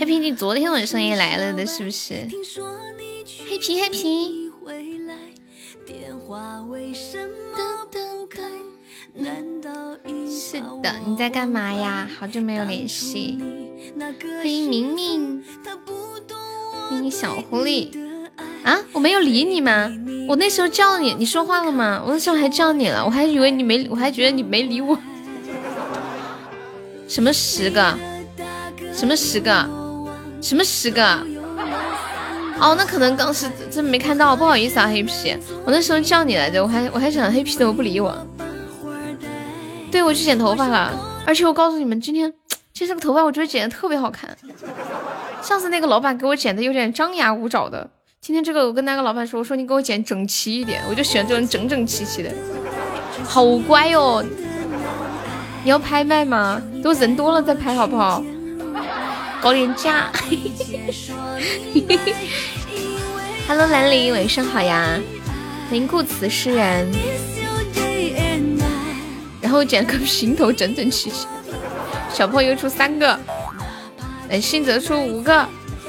黑皮，你昨天晚上也来了的，是不是？黑皮，黑皮。是的，你在干嘛呀？好久没有联系。欢迎明明，欢迎小狐狸。啊，我没有理你吗？我那时候叫你，你说话了吗？我那时候还叫你了，我还以为你没，我还觉得你没理我。什么10个？什么10个？什么10个？哦，那可能当时真没看到，不好意思啊，黑皮。我那时候叫你来着，我还想黑皮怎么不理我？对，我去剪头发了，而且我告诉你们，今天这个头发我觉得剪的特别好看。上次那个老板给我剪的有点张牙舞爪的，今天这个我跟那个老板说，我说你给我剪整齐一点，我就喜欢这种整整齐齐的，好乖哦。你要拍卖吗？都人多了再拍好不好？搞点价。Hello 兰陵，晚上好呀。欢迎顾此诗人。然后剪个平头，整整齐齐。小朋友出3个，信泽出5个。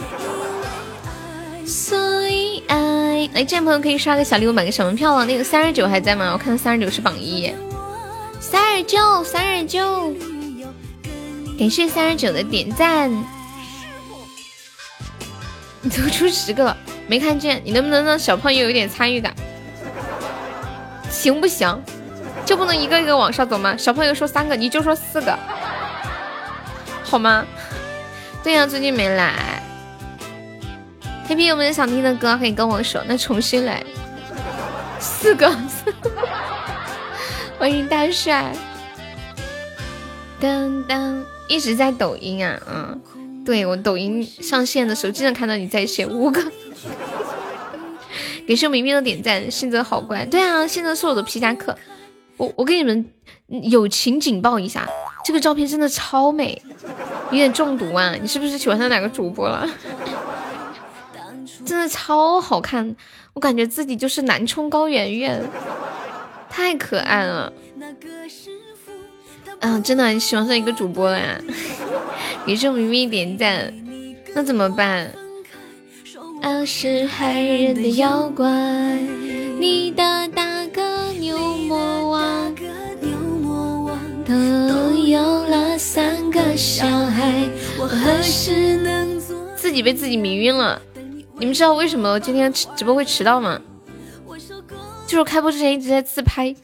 所以爱，来，这位朋友可以刷个小礼物，买个小门票了。那个39还在吗？我看39是榜1。39，感谢39的点赞。你都出10个了，没看见？你能不能让小朋友有点参与感？行不行？就不能一个一个往上走吗？小朋友说3个，你就说4个，好吗？对呀，最近没来。黑皮有没有想听的歌可以跟我说？那重新来。4个。欢迎大帅。当当，一直在抖音啊，对，我抖音上线的时候经常看到你在线5个。给秀明明的点赞，信泽好乖。对啊，信泽是我的皮夹克。我给你们友情警报一下，这个照片真的超美，有点中毒啊！你是不是喜欢上哪个主播了？真的超好看，我感觉自己就是南充高圆圆，太可爱了。真的很喜欢上一个主播了呀！给秀明明点赞，那怎么办？是害人的妖怪，你的大哥牛魔王都有了3个小孩，我何时能做？自己被自己迷晕了。你们知道为什么今天直播会迟到吗？就是开播之前一直在自拍，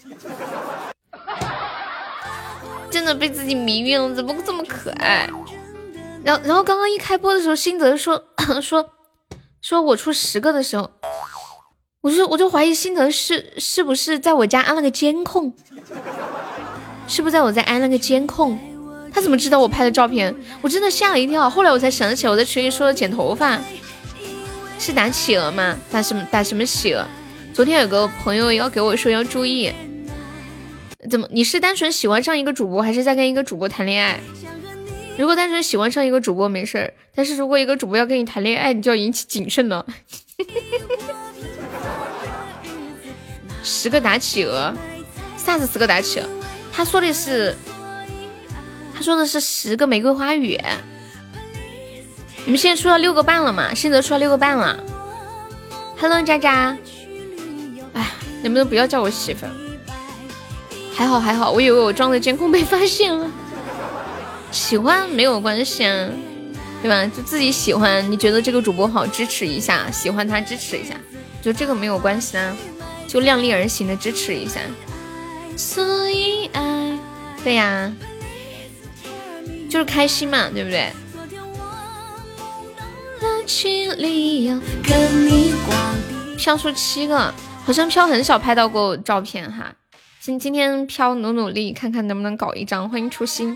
真的被自己迷晕了，怎么这么可爱？然后刚刚一开播的时候，新泽说我出10个的时候，我就怀疑新泽是不是在我家安了个监控，是不是在我家安了个监控？他怎么知道我拍的照片？我真的吓了一跳。后来我才想起来，我在群里说的剪头发是打企鹅吗？打什么企鹅？昨天有个朋友要给我说要注意，怎么你是单纯喜欢上一个主播，还是在跟一个主播谈恋爱？如果单纯喜欢上一个主播没事儿，但是如果一个主播要跟你谈恋爱，你就要引起谨慎了。10个打企鹅，啥子10个打企鹅？他说的是10个玫瑰花语。你们现在出了6个半了嘛？现在出了6个半了。Hello 渣渣，哎，能不能不要叫我媳妇？还好，我以为我装的监控被发现了。喜欢没有关系啊，对吧？就自己喜欢，你觉得这个主播好，支持一下，喜欢他支持一下，就这个没有关系啊，就量力而行的支持一下。所以爱，对呀，就是开心嘛，对不对？飘出7个，好像飘很少拍到过照片哈。今天飘努力，看看能不能搞一张。欢迎初心。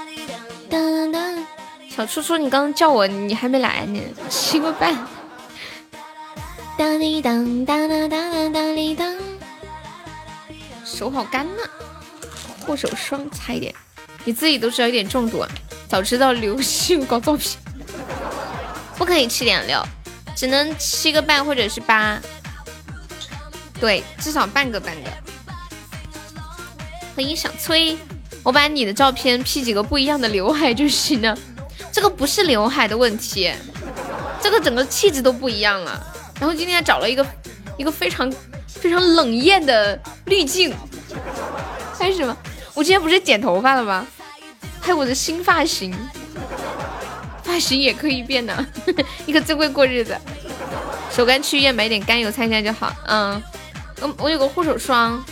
小初初，你刚刚叫我，你还没来呢，7个半。哒哩当哒哒哒哒哒哩当，手好干呐，护手霜擦一点。你自己都知道有点中毒啊，早知道留秀搞照片。不可以7.6，只能7个半或者是8，对，至少半个。欢迎小崔，我把你的照片 P 几个不一样的刘海就行了。 这个不是刘海的问题，这个整个气质都不一样了。然后今天找了一个非常冷艳的滤镜，还有什么？我今天不是剪头发了吗？还有我的新发型，发型也可以变的，你可真会过日子。手干去医院买点甘油擦一下就好。我有个护手霜，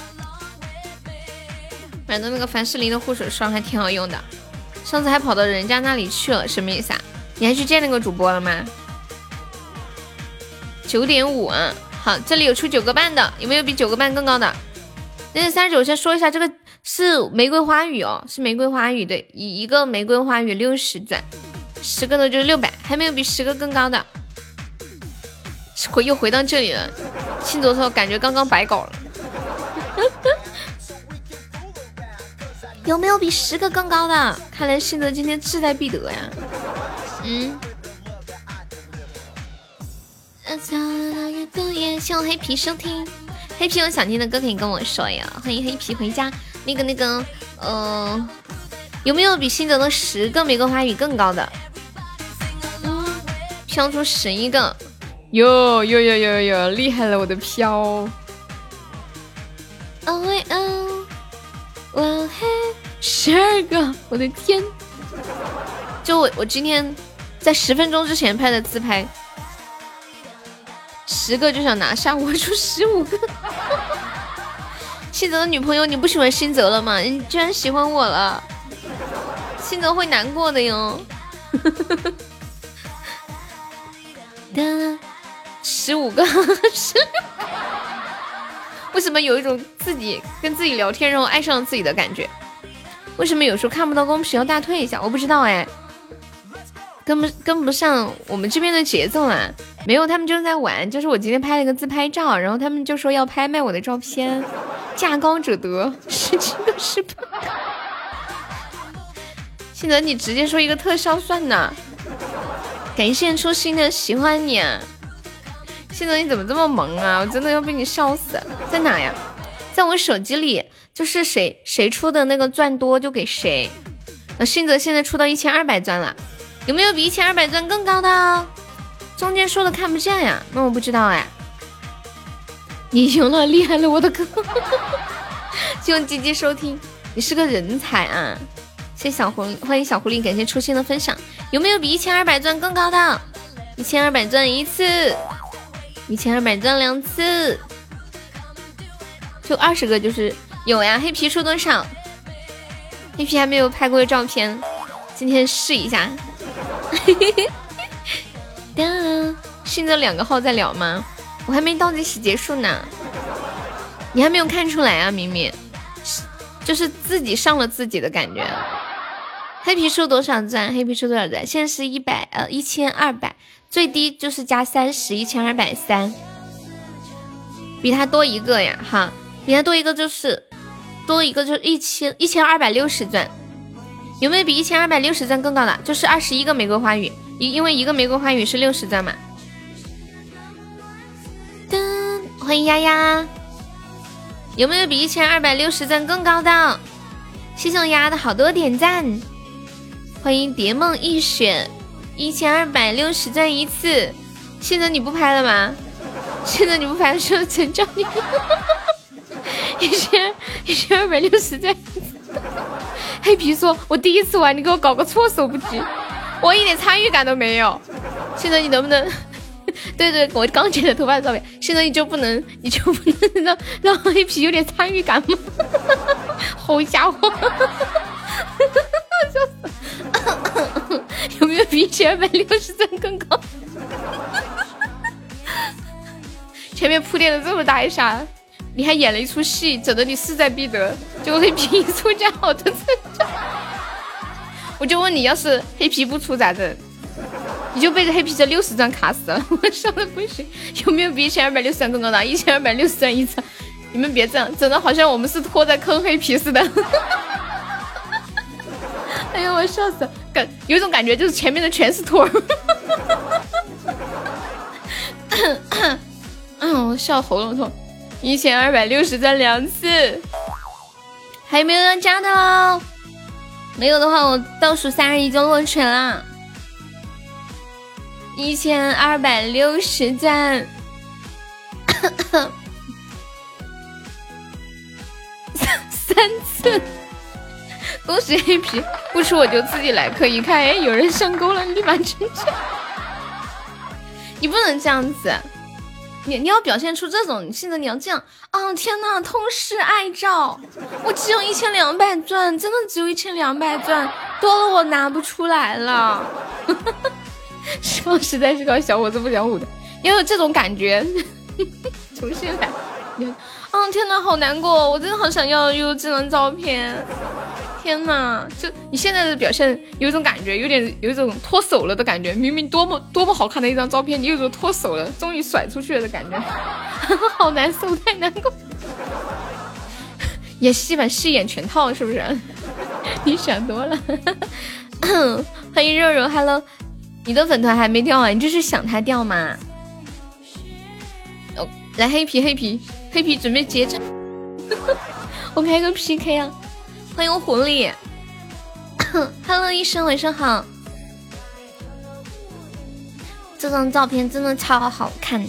买的那个凡士林的护手霜还挺好用的。上次还跑到人家那里去了，什么意思啊？你还去见那个主播了吗？9.5啊，好，这里有出9个半的，有没有比9个半更高的？那39先说一下，这个是玫瑰花语哦，是玫瑰花语，对，一个玫瑰花语60钻，10个的就是600，还没有比10个更高的。又回到这里了，信左手感觉刚刚白搞了。有没有比10个更高的？看来信泽今天志在必得呀。希望黑皮收听，黑皮有想听的歌可以跟我说呀。欢迎黑皮回家。那个，有没有比信泽的10个玫瑰花语更高的？飘出11个，有，厉害了，我的飘。我嘿，12个，我的天！就我今天在10分钟之前拍的自拍，10个就想拿下，我出15个。信泽的女朋友，你不喜欢信泽了吗？你居然喜欢我了，信泽会难过的哟。15个，16。为什么有一种自己跟自己聊天，然后爱上了自己的感觉？为什么有时候看不到公屏要大退一下？我不知道哎，跟不上我们这边的节奏啦。没有，他们就是在玩。就是我今天拍了一个自拍照，然后他们就说要拍卖我的照片，价高者得，17个18个。现在你直接说一个特效算呢。感谢初心的喜欢你啊！现在你怎么这么萌啊？我真的要被你笑死！在哪呀？在我手机里，就是谁出的那个钻多就给谁。信泽现在出到1200钻了，有没有比1200钻更高的？中间说的看不见呀，那我不知道哎。你赢了，厉害了，我的哥！希望积极收听，你是个人才啊！谢谢小狐狸，欢迎小狐狸，感谢初心的分享。有没有比1200钻更高的？1200钻1次，1200钻2次，就20个就是有呀。黑皮出多少？黑皮还没有拍过照片，今天试一下。现在2个号在聊吗？我还没倒计时结束呢。你还没有看出来啊？明明就是自己上了自己的感觉。黑皮出多少钻？黑皮出多少钻？现在是1200，最低就是加30，1230，比他多一个呀，哈，比他多一个就是1260钻。有没有比1260钻更高的？就是21个玫瑰花语，因为一个玫瑰花语是60钻嘛。欢迎丫丫。有没有比1260钻更高的？谢谢我丫的好多点赞。欢迎蝶梦一雪，1260钻1次。现在你不拍了吗？现在你不拍的时候成交你1260钻1次。黑皮说我第一次玩，你给我搞个措手不及，我一点参与感都没有。现在你能不能对，我刚剪的头发的照片，现在你就不能让黑皮有点参与感吗？好家伙！有没有比1260钻更高？前面铺垫了这么大一下，你还演了一出戏，整得你势在必得，结果黑皮一出这样好的成就。我就问你，要是黑皮不出咋整？你就被这黑皮这60钻卡死了，我笑的不行。有没有比1260钻更高的？1260钻1次，你们别这样，整的好像我们是拖在坑黑皮似的。哎呀，我笑死了，有一种感觉就是前面的全是托儿。我笑喉咙痛。1260钻2次，还有没有人加的哦？ 没有的话，我倒数31就落群了。1260赞3次，恭喜黑皮！不出我就自己来，可以看。哎，有人上钩了，立马成交。你不能这样子，你要表现出这种性格，你要这样啊！天哪，痛失爱照，我只有1200钻，真的只有1200钻，多了我拿不出来了。说实在是个小伙子不讲武的，要有这种感觉。重新来。天哪，好难过，我真的好想要有这张照片。天哪，就你现在的表现有一种感觉，有一种脱手了的感觉。明明多么好看的一张照片，你有种脱手了，终于甩出去了的感觉。好难受，太难过。演戏吧，戏演全套是不是？你想多了。欢迎肉肉 ，Hello， 你的粉团还没掉啊？你这是想他掉吗？哦，来黑皮准备结账。我开个 PK 啊！欢迎狐狸。Hello， 医生，晚上好。这张照片真的超好看。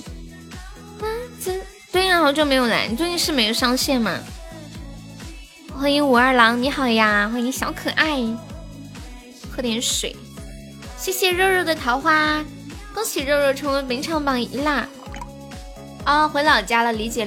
对呀，好久没有来，你最近是没有上线吗？欢迎武二郎，你好呀！欢迎小可爱，喝点水。谢谢肉肉的桃花，恭喜肉肉成为本场榜1啦！回老家了，理解。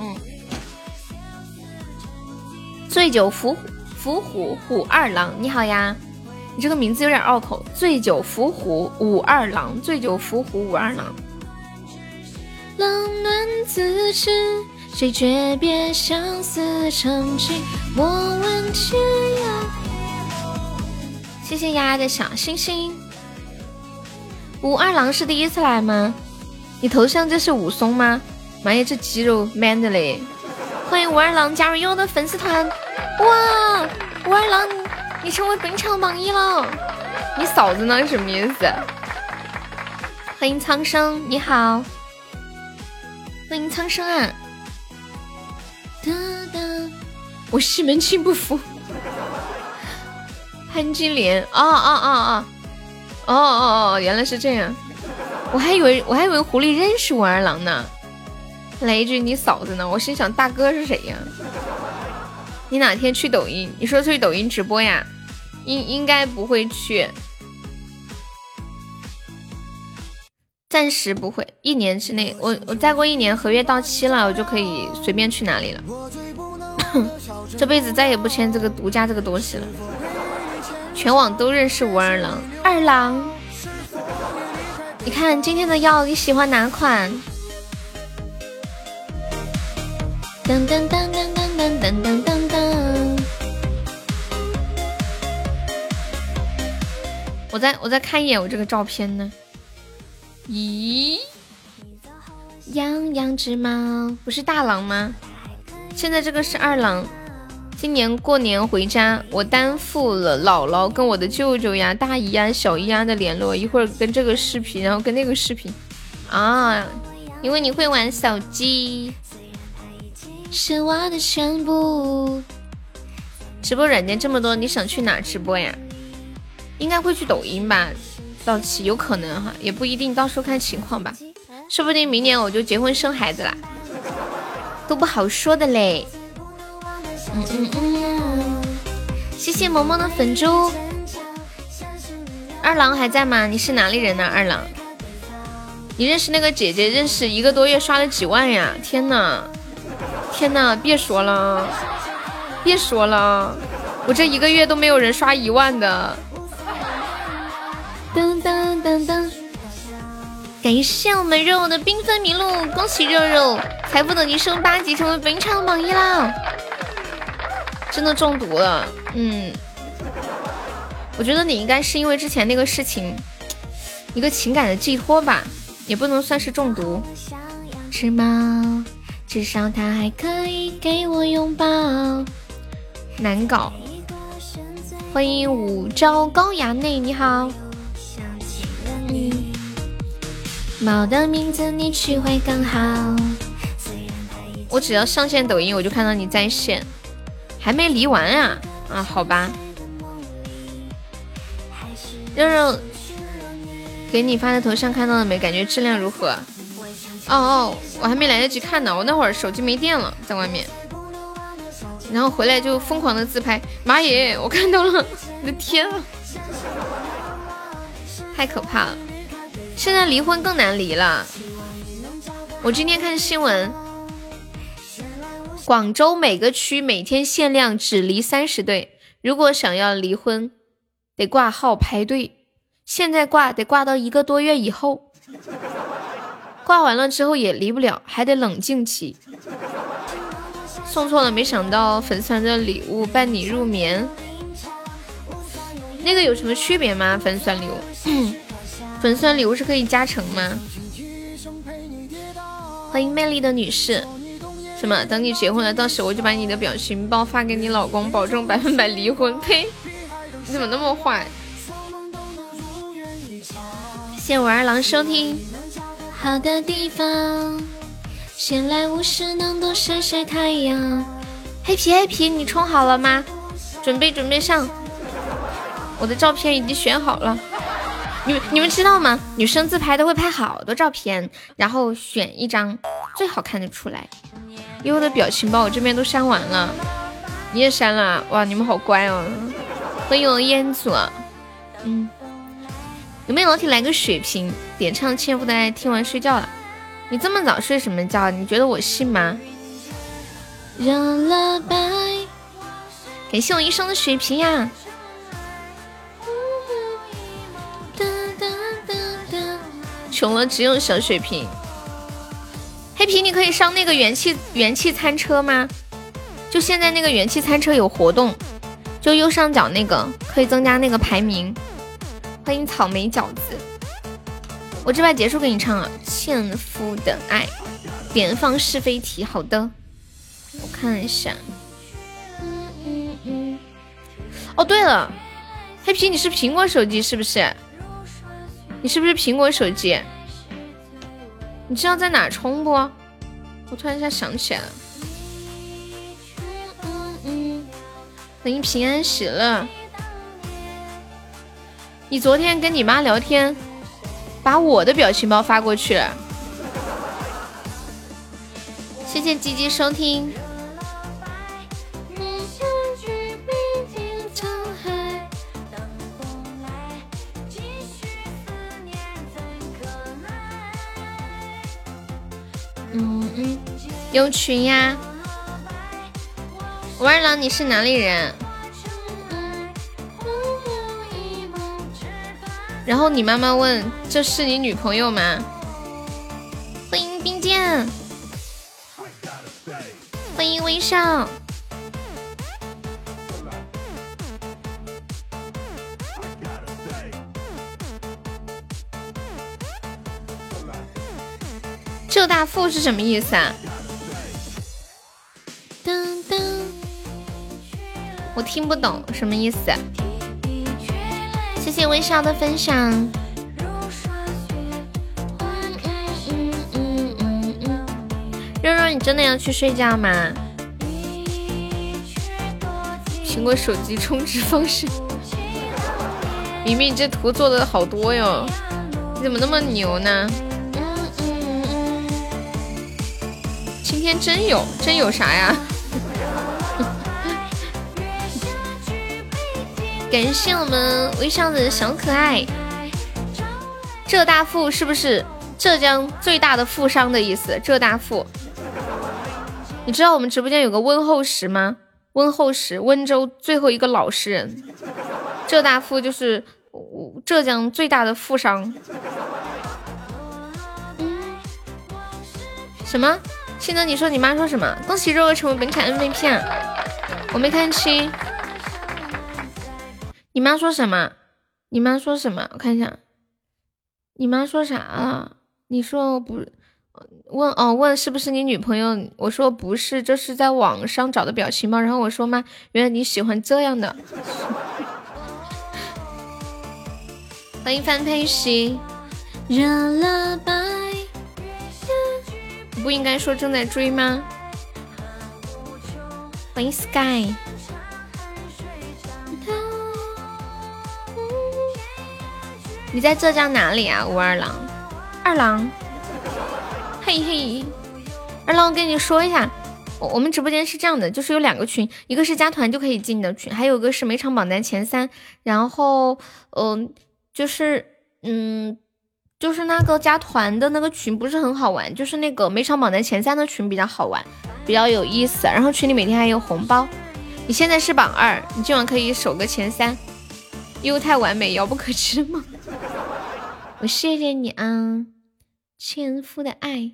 醉酒伏虎武二郎，你好呀！你这个名字有点拗口。醉酒伏虎武二郎，醉酒伏虎武二郎。冷暖自知，谁诀别相思成疾，莫问天涯。谢谢丫丫的小星星。武二郎是第一次来吗？你头像这是武松吗？妈呀，这肌肉 man 的嘞！欢迎武二郎加入优的粉丝团。哇，武二郎你成为本场榜1了，你嫂子呢？什么意思？欢迎苍生，你好。欢迎苍生啊！我西门庆不服。潘金莲，原来是这样，我还以为狐狸认识武二郎呢。来一句你嫂子呢？我心想大哥是谁呀？你哪天去抖音？你说去抖音直播呀？应该不会去。暂时不会，1年之内，我再过1年合约到期了，我就可以随便去哪里了。这辈子再也不签这个独家这个东西了。全网都认识武二郎，二郎。你看今天的药，你喜欢哪款？噔噔噔噔噔噔噔噔噔。我再看一眼我这个照片呢。咦，养只猫不是大郎吗？现在这个是二郎。今年过年回家，我担负了姥姥跟我的舅舅呀、大姨呀、小姨呀的联络，一会儿跟这个视频，然后跟那个视频啊。因为你会玩手机，是我的全部。直播软件这么多，你想去哪直播呀？应该会去抖音吧。到期有可能哈，也不一定，到时候看情况吧，说不定明年我就结婚生孩子啦，都不好说的嘞。谢谢萌萌的粉猪。二郎还在吗？你是哪里人呢？二郎，你认识那个姐姐，认识1个多月刷了几万呀？天哪，天哪，别说了，别说了，我这1个月都没有人刷1万的。噔噔噔噔，感谢我们肉肉的缤纷麋鹿，恭喜肉肉财富等级升8级，成为本场榜1啦！真的中毒了，我觉得你应该是因为之前那个事情，一个情感的寄托吧，也不能算是中毒。只猫，至少它还可以给我拥抱。难搞。欢迎五朝高衙内，你好。猫的名字你取会更好。我只要上线抖音，我就看到你在线，还没离完啊？啊，好吧。 肉肉，给你发的头像看到了没？感觉质量如何？哦，我还没来得及看呢，我那会儿手机没电了，在外面，然后回来就疯狂的自拍。妈耶，我看到了，我的天啊，太可怕了！现在离婚更难离了。我今天看新闻，广州每个区每天限量只离30对，如果想要离婚，得挂号排队，现在挂得挂到1个多月以后。挂完了之后也离不了，还得冷静期。送错了，没想到粉丝团的礼物伴你入眠，那个有什么区别吗？粉丝团礼物，粉丝团礼物是可以加成吗？欢迎魅力的女士，什么？等你结婚了，到时我就把你的表情包发给你老公，保证100%离婚。呸！你怎么那么坏？谢谢我二郎收听。好的地方，闲来无事能多晒晒太阳。黑皮黑皮，你充好了吗？准备上。我的照片已经选好了。你们知道吗？女生自拍都会拍好多照片，然后选一张最好看的出来。因为我的表情包我这边都删完了，你也删了？哇，你们好乖哦！欢迎我烟组。有没有老铁来个水瓶？点唱《欠负的爱》，听完睡觉了。你这么早睡什么觉？你觉得我信吗？让了白，感谢我一生的水瓶呀！穷了只有小水瓶。黑皮，你可以上那个元气餐车吗？就现在那个元气餐车有活动，就右上角那个可以增加那个排名。欢迎草莓饺子，我这把结束给你唱了《纤夫的爱》，点放是非题。好的，我看一下。哦，对了，黑皮，你是苹果手机是不是？你是不是苹果手机？你知道在哪充不？我突然一下想起来了。欢迎平安喜乐。你昨天跟你妈聊天，把我的表情包发过去了。谢谢鸡鸡收听。有群呀。我二郎，你是哪里人？然后你妈妈问：“这是你女朋友吗？”欢迎冰剑，欢迎微笑。浙大附是什么意思啊？噔噔，我听不懂什么意思。谢谢微笑的分享。肉肉，你真的要去睡觉吗？苹果手机充值方式，明明这图做的好多哟，你怎么那么牛呢？今天真有啥呀？感谢我们微笑的小可爱。浙大附是不是浙江最大的富商的意思？浙大附，你知道我们直播间有个温厚实吗？温厚实，温州最后一个老实人。浙大附就是浙江最大的富商。什么？现在你说你妈说什么？恭喜肉肉成为本场 MVP 啊！我没看清。你妈说什么？你妈说什么？我看一下，你妈说啥了？你说不问是不是你女朋友？我说不是，这是在网上找的表情包。然后我说妈，原来你喜欢这样的。欢迎范佩西。热了白，不应该说正在追吗？欢迎 Sky。 你在浙江哪里啊？武二郎，二郎，嘿嘿，二郎，我跟你说一下，我们直播间是这样的，就是有2个群，一个是加团就可以进的群，还有一个是每场榜单前3，然后就是那个加团的那个群不是很好玩，就是那个每场榜单前3的群比较好玩，比较有意思，然后群里每天还有红包。你现在是榜2，你今晚可以守个前3，又太完美，遥不可及吗？我谢谢你啊，前夫的爱。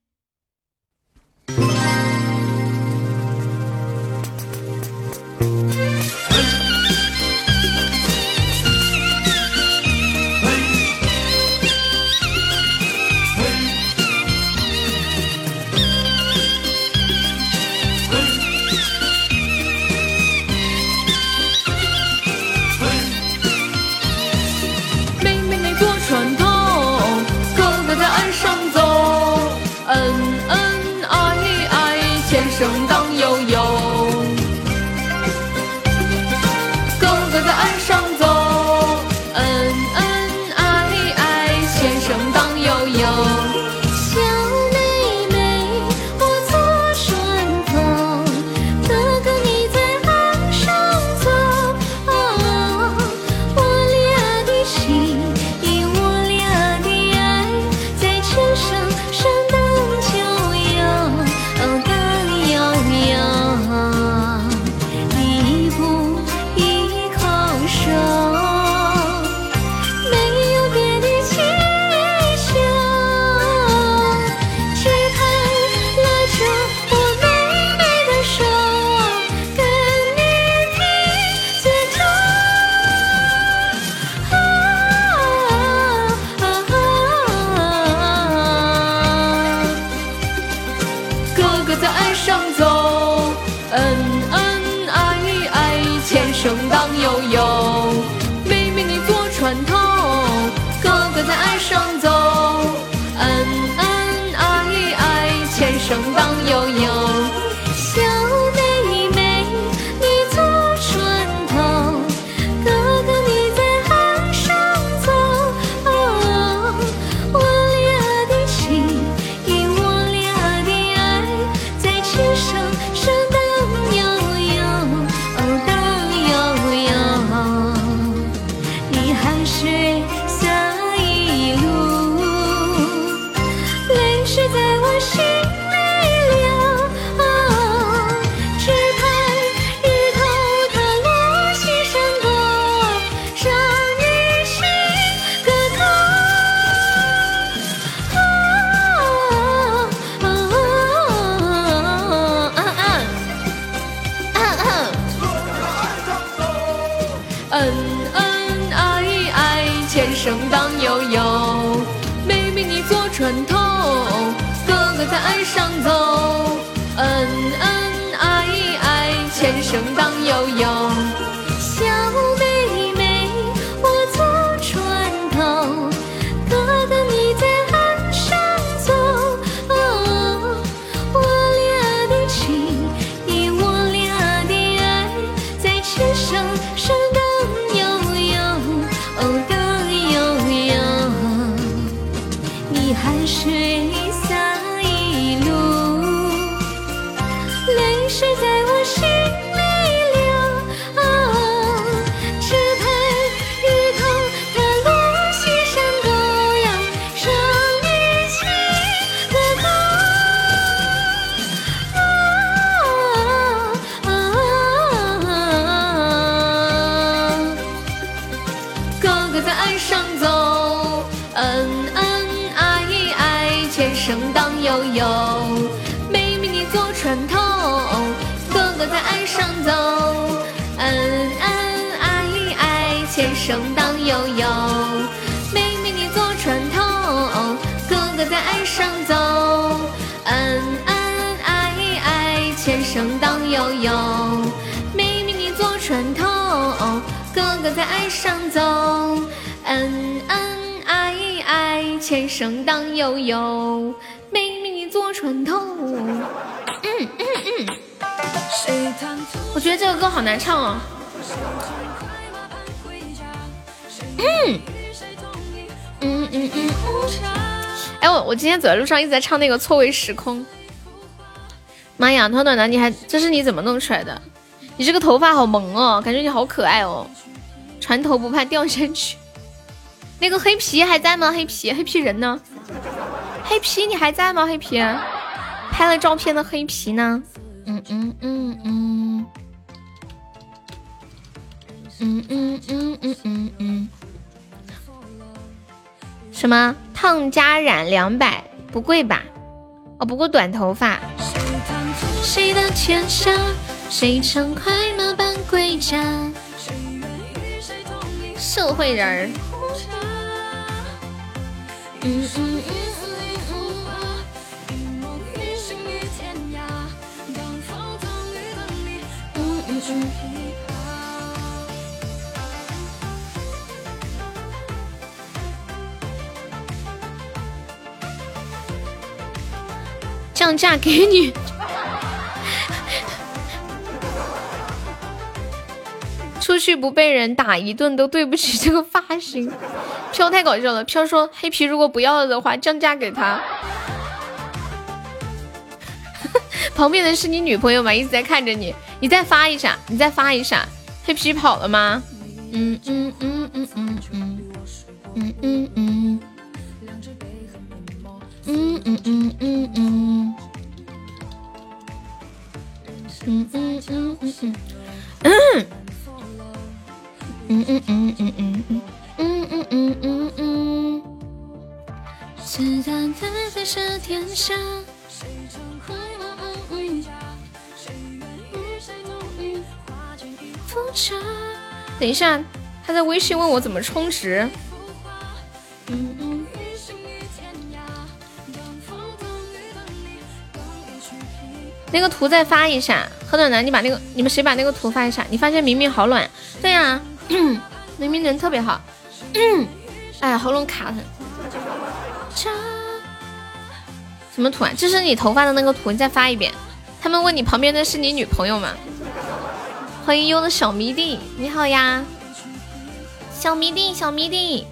生当悠悠，哥哥在岸上走，恩恩爱爱，先生当悠悠。小妹妹，我坐船头，哥哥你在岸上走。我俩的情，以我俩的爱，在前生山登秋游。一步一口手，没有别的祈求，只盼拉着我妹妹的手，跟你提着头。哥哥在岸上走，恩恩爱爱，前生当悠悠。妹妹你坐船头，哥哥在岸上走，恩恩爱爱，前生当悠悠。小妹妹你坐船头，哥哥你在岸上走。我俩的情，以我俩的爱，在前生山登悠悠，登悠悠。你汗水洒一路，泪水在我心里流。只盼日头它落西山头，让你亲个头。恩恩爱爱，前生当悠悠。妹妹你坐船头，哥哥在岸上走。恩恩爱爱，前生当悠悠。小妹妹我坐船头，哥哥你在岸上走。我俩的情，以我俩的爱，在前生山登悠悠，登悠悠。你汗水洒一路，泪水在我心里流。只盼日头它落西山头呀，让你亲个头。哥哥在岸上走，恩恩爱爱，前生当悠悠。妹妹你坐船头，哥哥在岸上走，恩恩爱爱，前生当悠悠。妹妹你坐船头，哥哥在岸上走，恩恩爱爱，前生当悠悠。妹妹你坐船头，哥哥在岸上走，恩恩爱爱，前生当悠悠。妹妹你坐船头。 我觉得这个歌好难唱哦。 哎，我今天走在路上一直在唱那个错位时空。妈呀，暖暖的，你还这是你怎么弄出来的？你这个头发好萌哦，感觉你好可爱哦。船头不怕掉下去。那个黑皮还在吗？黑皮人呢？黑皮你还在吗？黑皮拍了照片的黑皮呢？什么烫加染200不贵吧？哦，不过短头发。谁的天下，谁曾快马般归家？社会人儿。降价给你。出去不被人打一顿都对不起这个发型。飘太搞笑了，飘说黑皮如果不要了的话降价给他。旁边的是你女朋友吗？一直在看着你，你再发一下，黑皮跑了吗？子弹在这天下。等一下，他在微信问我怎么充值。那个图再发一下，何暖男，你们谁把那个图发一下？你发现明明好暖，对呀、明明人特别好。哎呀，喉咙卡很。什么图啊？这是你头发的那个图，你再发一遍。他们问你旁边的是你女朋友吗？欢迎优的小迷弟，你好呀，小迷弟。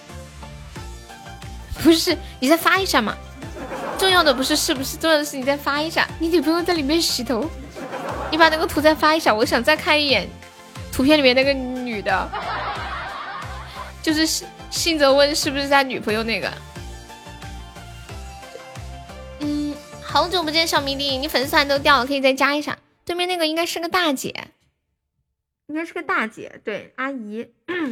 不是，你再发一下嘛。重要的不是是不是，重要的是你再发一下。你女朋友在里面洗头，你把那个图再发一下，我想再看一眼图片里面那个女的，就是信则问是不是他女朋友那个。好久不见小迷弟，你粉丝团都掉了，可以再加一下。对面那个应该是个大姐，对，阿姨，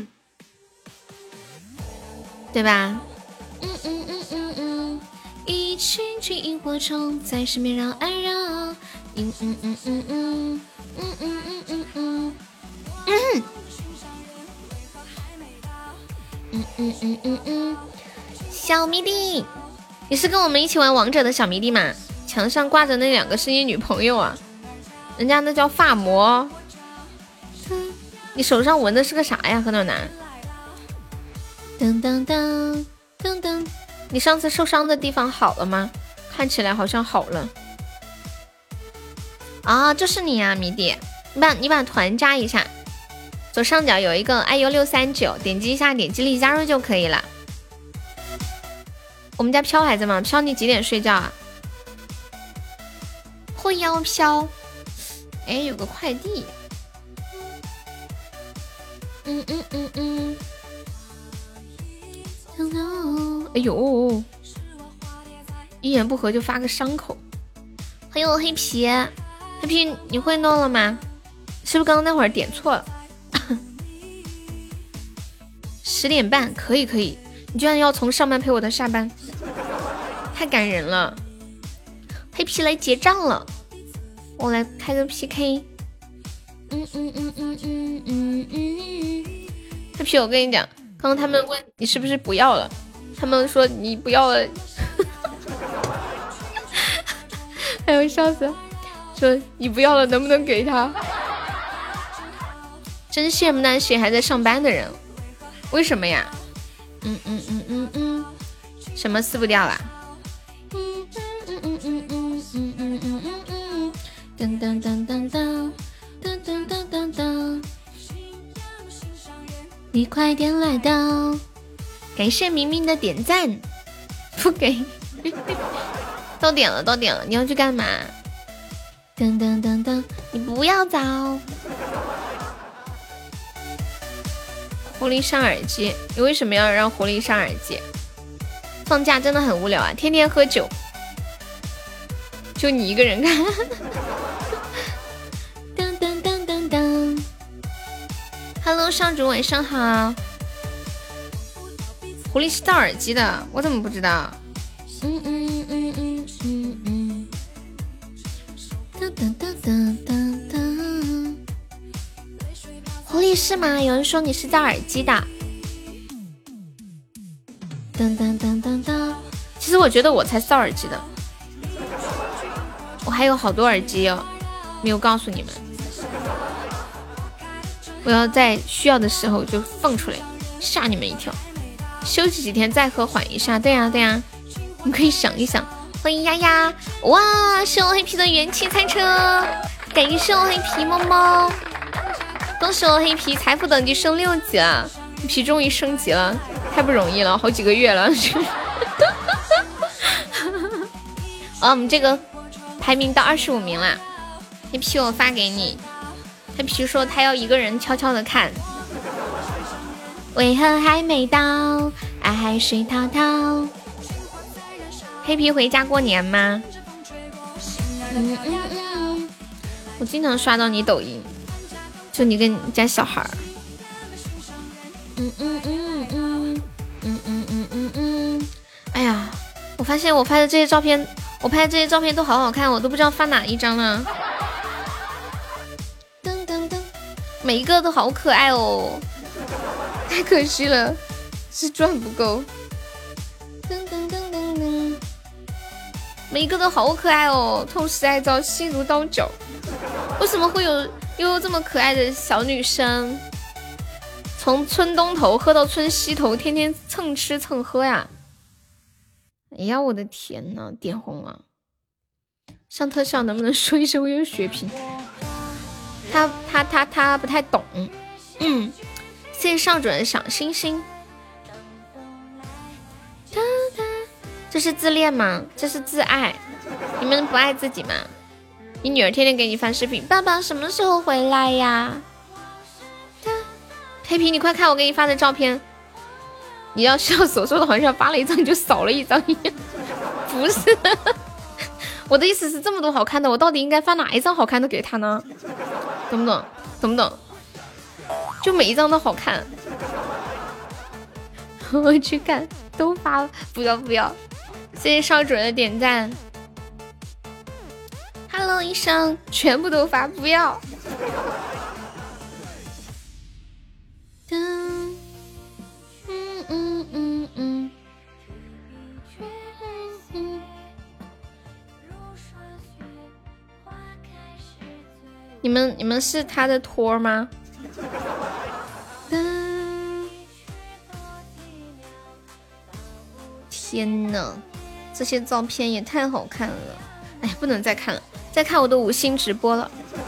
对吧？一群群萤火虫在身边绕啊绕，小迷弟，你是跟我们一起玩王者的小迷弟吗？墙上挂着那2个是你女朋友啊？人家那叫发膜。你手上纹的是个啥呀，何暖男？噔噔噔噔噔，你上次受伤的地方好了吗？看起来好像好了。啊，就是你呀，迷弟，你把团加一下，左上角有一个IU639，点击一下，点击立即加入就可以了。我们家飘还在吗？飘，你几点睡觉啊？会要飘。哎，有个快递。哎呦，一言不合就发个伤口。欢迎我黑皮，黑皮你会弄了吗？是不是刚刚那会儿点错了？10点半可以，你居然要从上班陪我到下班，太感人了。黑皮来结账了，我来开个 PK。黑皮，我跟你讲，刚刚他们问你是不是不要了，他们说你不要了，哎呦笑死了，说你不要了能不能给他？真羡慕那些还在上班的人，为什么呀？什么撕不掉啦？噔噔噔噔噔噔噔噔噔噔，你快点来到，感感谢明明的点赞，不给。都点了，都点了，你要去干嘛？噔噔噔噔，你不要走。狐狸上耳机，你为什么要让狐狸上耳机？放假真的很无聊啊，天天喝酒，就你一个人看。噔噔噔噔噔 ，Hello， 上主晚上好。狐狸是戴耳机的，我怎么不知道？狐狸是吗？有人说你是戴耳机的。噔噔噔噔噔，其实我觉得我才是戴耳机的，我还有好多耳机哦，没有告诉你们，我要在需要的时候就放出来，吓你们一跳。休息几天再喝缓一下。对呀对呀，你可以想一想。欢迎丫丫，哇，是我黑皮的元气餐车，感谢我黑皮猫猫，恭喜我黑皮财富等级升6级了，黑皮终于升级了，太不容易了，好几个月了。我们这个排名到25名啦，黑皮我发给你。黑皮说他要一个人悄悄的看。为何还没到？爱海水滔滔。黑皮回家过年吗？我经常刷到你抖音，就你跟你家小孩。哎呀，我发现我拍的这些照片，都好好看，我都不知道发哪一张了。噔噔噔，每一个都好可爱哦，太可惜了，是钻不够。噔噔噔噔噔。每一个都好可爱哦，痛失爱皂，心如刀绞。为什么会有这么可爱的小女生，从村东头喝到村西头，天天蹭吃蹭喝呀？哎呀，我的天呐，点红了！上特效能不能说一声我有血瓶？他不太懂。谢谢少主的小星星。这是自恋吗？这是自爱。你们不爱自己吗？你女儿天天给你发视频，爸爸什么时候回来呀？黑皮，你快看我给你发的照片，你要笑死我，说的好像发了一张你就扫了一张一样。不是，我的意思是这么多好看的，我到底应该发哪一张好看的给他呢？懂不懂？懂不懂？就每一张都好看。我去看，都发了，不要不要。谢谢少主人的点赞。Hello， 医生，全部都发，不要。你们是他的托吗？天哪，这些照片也太好看了！哎，不能再看了，再看我都5星直播了。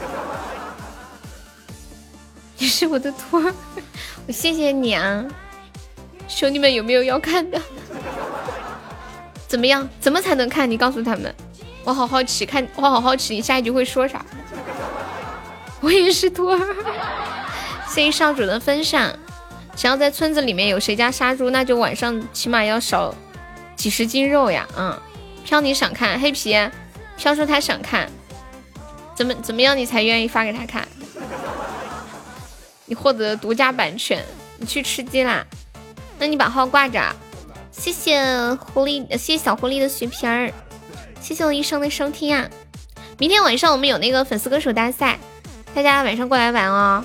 你是我的托儿，我谢谢你啊！兄弟们有没有要看的？怎么样？怎么才能看？你告诉他们，我好好奇，我好好奇你下一句会说啥。我也是托儿。谢谢少主的分享。想要在村子里面有谁家杀猪，那就晚上起码要少几十斤肉呀。飘你想看，黑皮飘说他想看，怎么样你才愿意发给他看？你获得独家版权，你去吃鸡啦？那你把号挂着。谢谢狐狸，谢谢小狐狸的血瓶儿，谢谢我医生的收听啊！明天晚上我们有那个粉丝歌手大赛，大家晚上过来玩哦。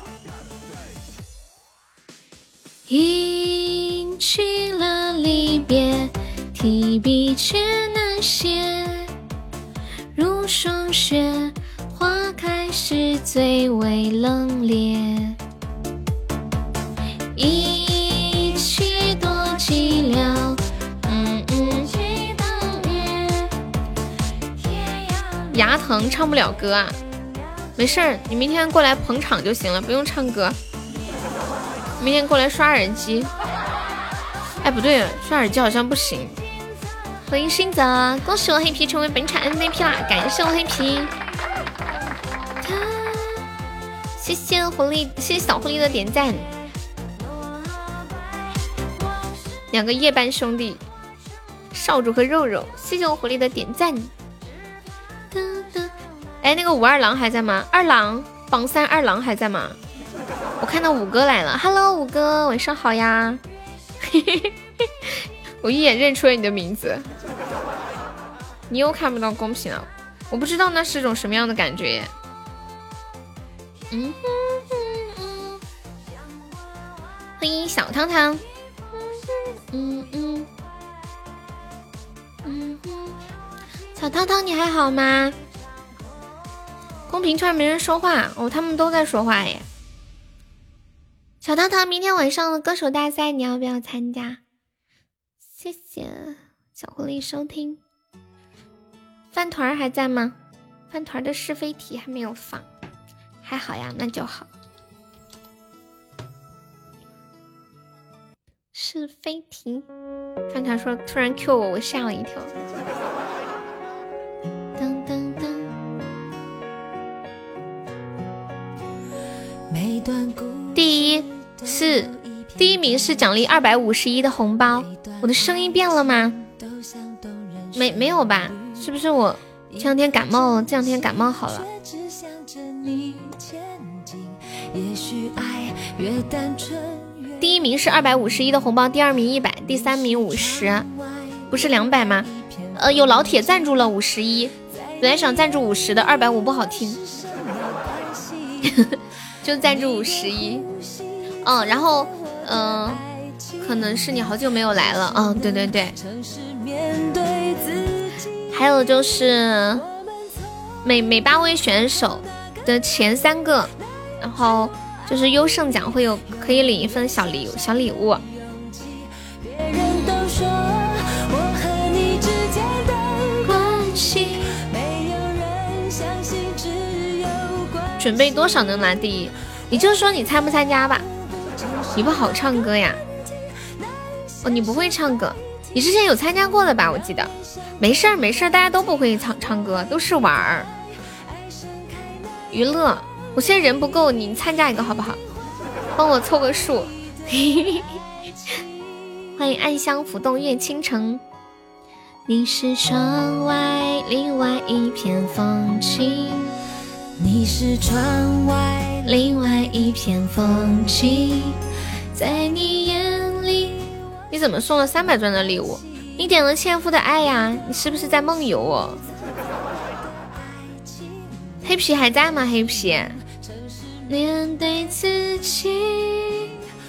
隐去了离别，提笔却难写，如霜雪，花开时最为冷冽。一曲多寂寥，牙疼唱不了歌啊，没事儿，你明天过来捧场就行了，不用唱歌。明天过来刷耳机。 哎，不对，刷耳机好像不行。欢迎新泽，恭喜我黑皮成为本场 MVP 啦！感谢我黑皮，谢谢狐狸，谢谢小狐狸的点赞。两个夜班兄弟，少主和肉肉，谢谢我狐狸的点赞。哎，那个武二郎还在吗？二郎榜三二郎还在吗？我看到五哥来了 ，Hello 五哥，晚上好呀。我一眼认出了你的名字。你又看不到公屏了，我不知道那是种什么样的感觉耶。欢迎小汤汤。小汤汤你还好吗？公屏突然没人说话哦，他们都在说话耶。小汤汤，明天晚上的歌手大赛你要不要参加？谢谢小狐狸收听。饭团还在吗？饭团的是非题还没有放，还好呀，那就好。是非题，饭团说突然 Q 我，我吓了一跳。噔噔噔。第一名是奖励251的红包。我的声音变了吗？没有吧？是不是我前两天感冒了？这两天感冒好了。第一名是251的红包，第二名100，第三名50，不是200吗？有老铁赞助了51，本来想赞助50的，250不好听，就赞助51。然后可能是你好久没有来了，对对对。还有就是每8位选手的前3个，然后就是优胜奖会有可以领一份小礼物。准备多少能拿第一？你就说你参不参加吧。你不好唱歌呀？哦，你不会唱歌，你之前有参加过的吧？我记得。没事儿没事儿，大家都不会唱歌，都是玩儿娱乐。我现在人不够，你参加一个好不好？帮我凑个数。欢迎暗香浮动月倾城。你是窗外另外一片风景，你是窗外另外一片风景，在你眼里。你怎么送了300钻的礼物？你点了纤夫的爱呀，你是不是在梦游哦？黑皮还在吗？黑皮，面对自己，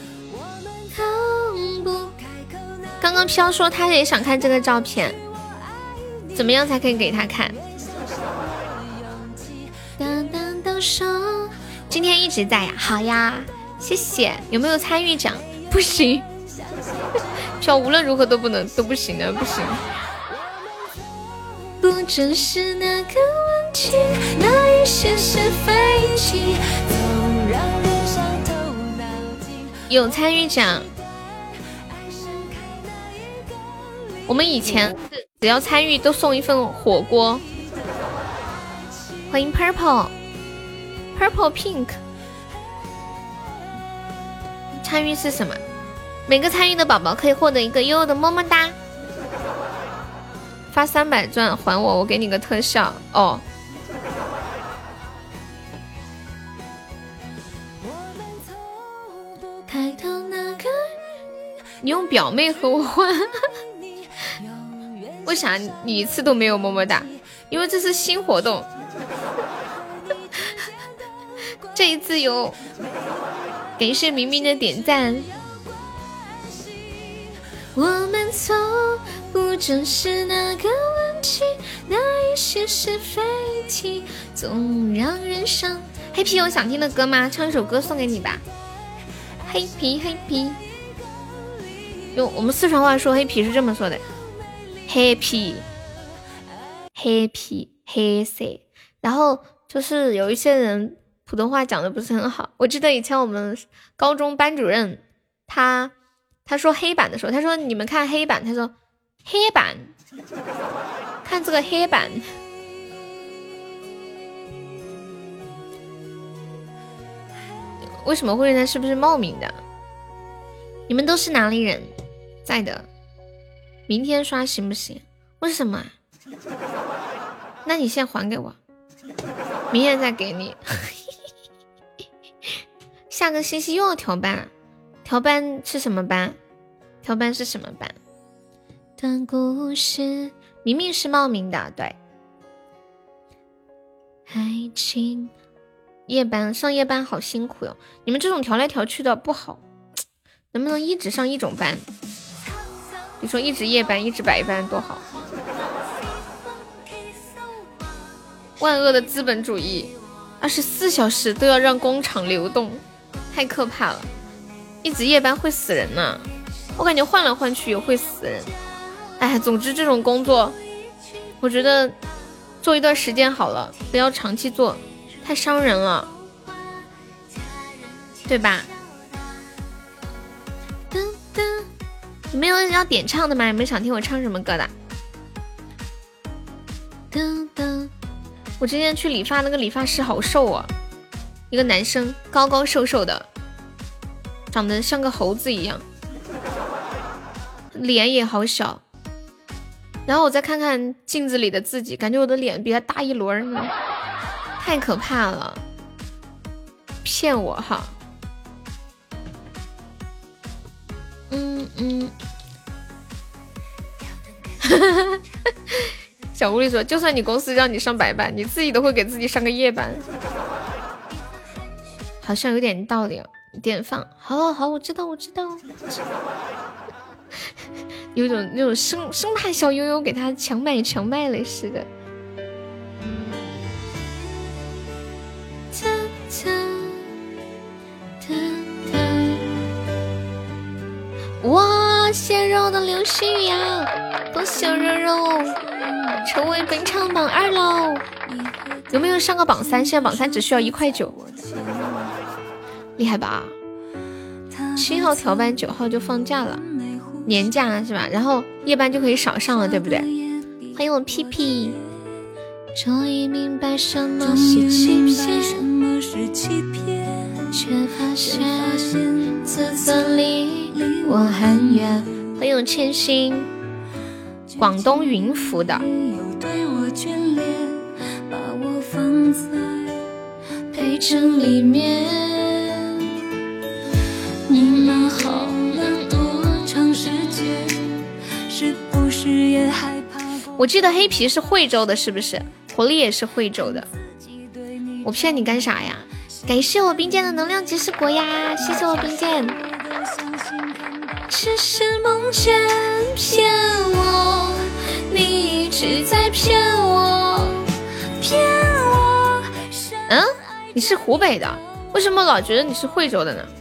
刚刚飘说他也想看这个照片，怎么样才可以给他看？今天一直在呀，好呀，谢谢。有没有参与奖？不行。飘无论如何都不行的，不行。不只是那个问题，那一些是废弃，总让人伤透脑筋。有参与奖。我们以前只要参与都送一份火锅。欢迎 Purple Pink。参与是什么？每个参与的宝宝可以获得一个悠悠的么么哒。发300钻还我，我给你个特效哦。你用表妹和我换，为啥你一次都没有么么哒？因为这是新活动，这一次有给是明明的点赞。我们从不正视那个问题，那一些是非题，总让人伤。黑皮有想听的歌吗？唱一首歌送给你吧。黑皮，用我们四川话说黑皮是这么说的，黑皮，黑色。然后就是有一些人普通话讲的不是很好，我记得以前我们高中班主任他他说黑板的时候，他说你们看黑板，他说黑板，看这个黑板。为什么会问他是不是茂名的？你们都是哪里人？在的。明天刷行不行？为什么？那你现在还给我，明天再给你。下个星期又要调班，调班是什么班？调班是什么班？的故事明明是茂名的，对。爱情夜班上夜班好辛苦哟，你们这种调来调去的不好，能不能一直上一种班？比如说一直夜班，一直白班多好。万恶的资本主义，24小时都要让工厂流动，太可怕了。一直夜班会死人呢，我感觉换来换去也会死人。哎，总之这种工作，我觉得做一段时间好了，不要长期做，太伤人了，对吧？你们有要点唱的吗？有没有想听我唱什么歌的？我之前去理发，那个理发师好瘦啊，一个男生，高高瘦瘦的，长得像个猴子一样，脸也好小。然后我再看看镜子里的自己，感觉我的脸比他大一轮呢，太可怕了，骗我哈。小狐狸说，就算你公司让你上白班，你自己都会给自己上个夜班，好像有点道理。点放，好好，我知道有种那种生怕小悠悠给他强买了似的。哇，鲜肉的流星呀，多小肉肉，成为本场榜2喽！有没有上个榜3？现在榜3只需要1.9块，厉害吧？7号调班，9号就放假了，年假是吧？然后夜班就可以少上了，对不对？欢迎我屁屁。终于明白什么是欺骗，却发现自尊离我很远。欢迎我千心，广东云浮的。把我放在陪衬里面，你们好了多长时间？是不是也害怕？我记得黑皮是惠州的，是不是？活力也是惠州的。我骗你干啥呀？感谢我冰剑的能量即时果呀，谢谢我冰剑。只是梦见骗我，你一直在骗我。你是湖北的，为什么老觉得你是惠州的呢？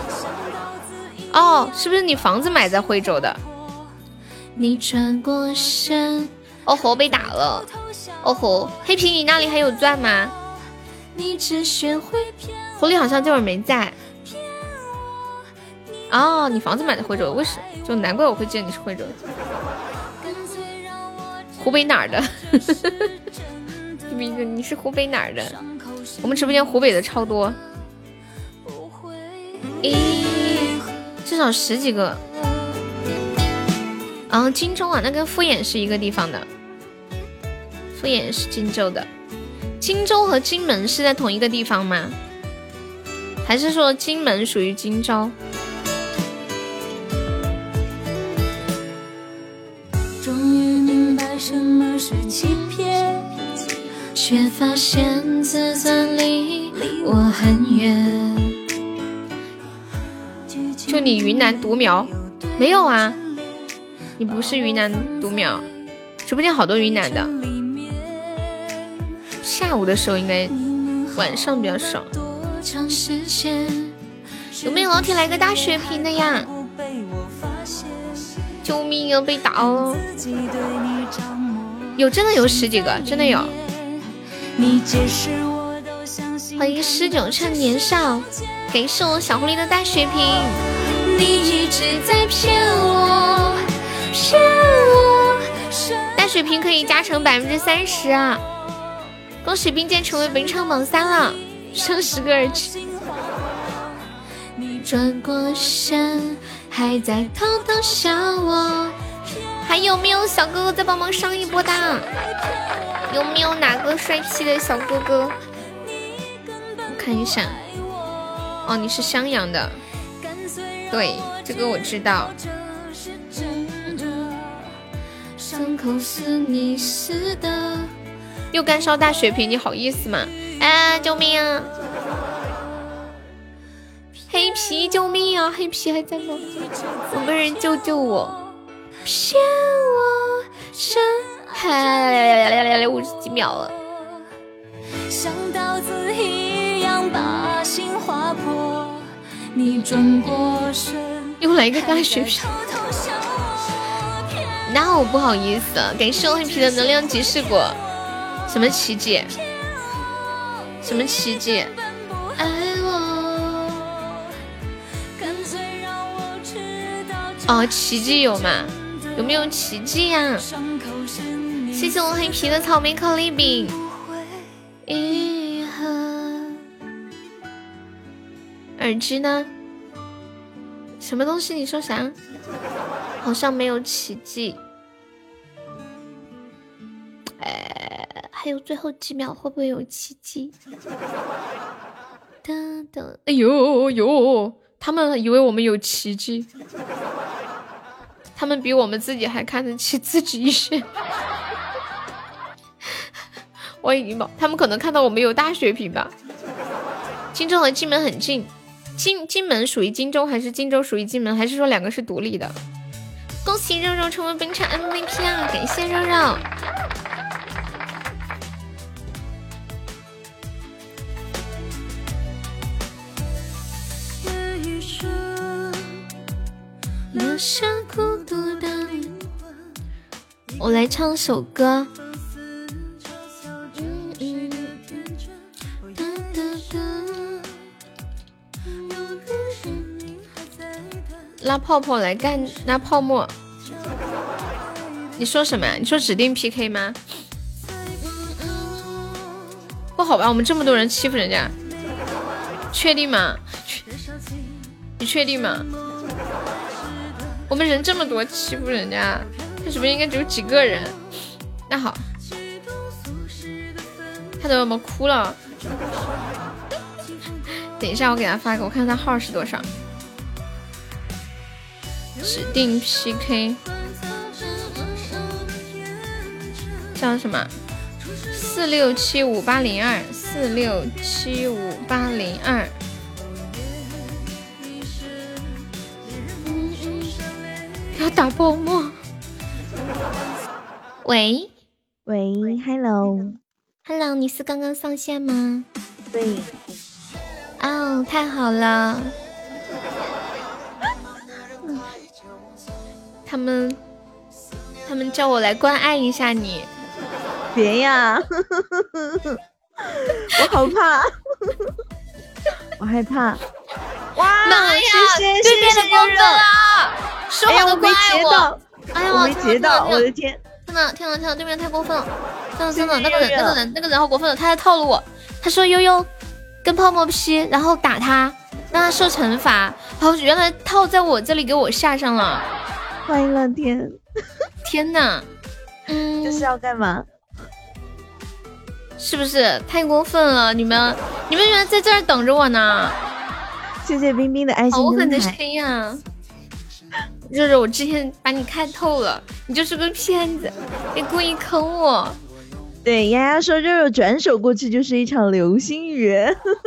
哦，是不是你房子买在惠州的？你转过身，哦吼，被打了，哦吼，黑皮你那里还有钻吗？你只学会狐狸好像这会儿没在。哦，你房子买在惠州，为什么？就难怪我会记得你是惠州的。湖北哪儿的？你是湖北哪儿的？我们直播间湖北的超多，至少10几个。荆州啊，那跟敷衍是一个地方的，敷衍是荆州的。荆州和荆门是在同一个地方吗？还是说荆门属于荆州？终于明白什么是欺骗，却发现自尊离我很远。就你云南独苗？没有啊，你不是云南独苗。直播间好多云南的，下午的时候应该，晚上比较少。有没有老铁来个大血瓶的呀？救命啊，被打了！有，真的有10几个，真的有。欢迎19趁年少，感谢我小狐狸的大血瓶。 你一直在骗我，骗我。 大水瓶可以加成30%啊！恭喜冰剑成为本场榜3了，升10个而去。 你转过身，还在偷偷笑我。 还有没有小哥哥再帮忙上一波的？有没有哪个帅气的小哥哥？我看一下。哦，你是襄阳的，对，这个我知道。 伤口是你撕的。 又干烧大血瓶，你好意思吗？啊！救命啊！黑皮，救命啊！黑皮还在吗？有个人救救我！骗我深海，50几秒了。 像刀子一样把心划破，你转过身， 又来一个大血瓶。那我不好意思，感谢我黑皮的能量集市果。什么奇迹？什么奇迹？ 爱我， 哦，奇迹有吗？有没有奇迹呀？谢谢我黑皮的草莓可丽饼。耳机呢？什么东西？你说啥？好像没有奇迹。还有最后几秒，会不会有奇迹？等等，哎呦呦，他们以为我们有奇迹，他们比我们自己还看得起自己一些。我已经把他们可能看到我们有大血瓶吧。荆州和荆门很近，荆门属于荆州还是荆州属于荆门，还是说两个是独立的？恭喜肉肉成为本场 MVP 啊！感谢肉肉。我来唱首歌。拉泡泡来干，拉泡沫。你说什么？你说指定 PK 吗？不好吧，我们这么多人欺负人家，确定吗？你确定吗？我们人这么多，欺负人家，他是不是应该只有几个人？那好，他都要么哭了。等一下，我给他发个，我看他号是多少。指定 PK 叫什么？467582467582。要打泡沫。喂喂 ，Hello， 你是刚刚上线吗？ 对。 哦，太好了。他们叫我来关爱一下你。 别呀，我好怕，我害怕。哇， 妈呀！对面的过分了，说好的关爱我。哎呀， 我没截到，我的天！ 天呐，对面太过分了！真的，那个人好过分了，他在套路我。他说悠悠跟泡沫 P， 然后打他，让他受惩罚。然后原来套在我这里，给我下上了。 欢迎乐天呐， 这是要干嘛？ 是不是太过分了？你们原来在这儿等着我呢。 谢谢冰冰的爱心好狠的心呀！热热，我之前把你看透了，你就是个骗子，你故意坑我。 对，丫丫说热热转手过去就是一场流星雨。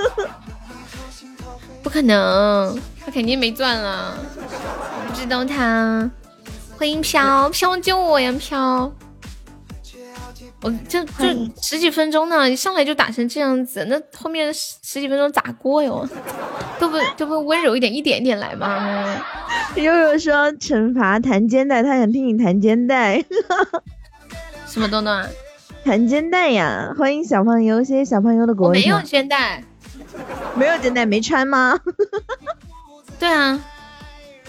不可能，他肯定没赚了。我不知道他。欢迎飘救我呀飘！我就十几分钟呢，一上来就打成这样子，那后面十几分钟咋过哟？都不温柔一点，一点一点来嘛。 悠悠说惩罚弹肩带，他想听你弹肩带。 什么东东啊？ 弹肩带呀！欢迎小胖友，谢谢小胖友的果。 我没有肩带， 没有肩带没穿吗？ 对啊，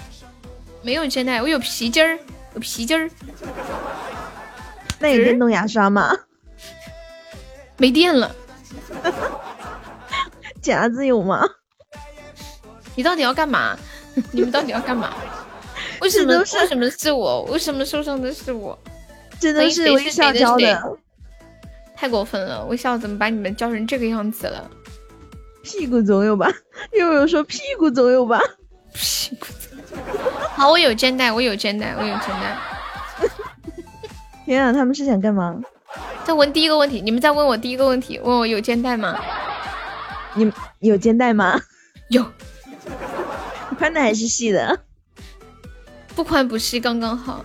没有肩带，我有皮筋儿，有皮筋儿。 那有电动牙刷吗？ 没电了。 夹子有吗？ 你到底要干嘛？你们到底要干嘛？为什么是我？为什么受伤的是我？ 这都是微笑教的。 太过分了！微笑怎么把你们教成这个样子了？ 屁股总有吧？又有说屁股总有吧？ 屁股总有。好，我有肩带，我有肩带，我有肩带。 天啊，他们是想干嘛？ 再问第一个问题，你们再问我第一个问题，问我有肩带吗？ 你有肩带吗？ 有。 宽的还是细的？ 不宽不细，刚刚好。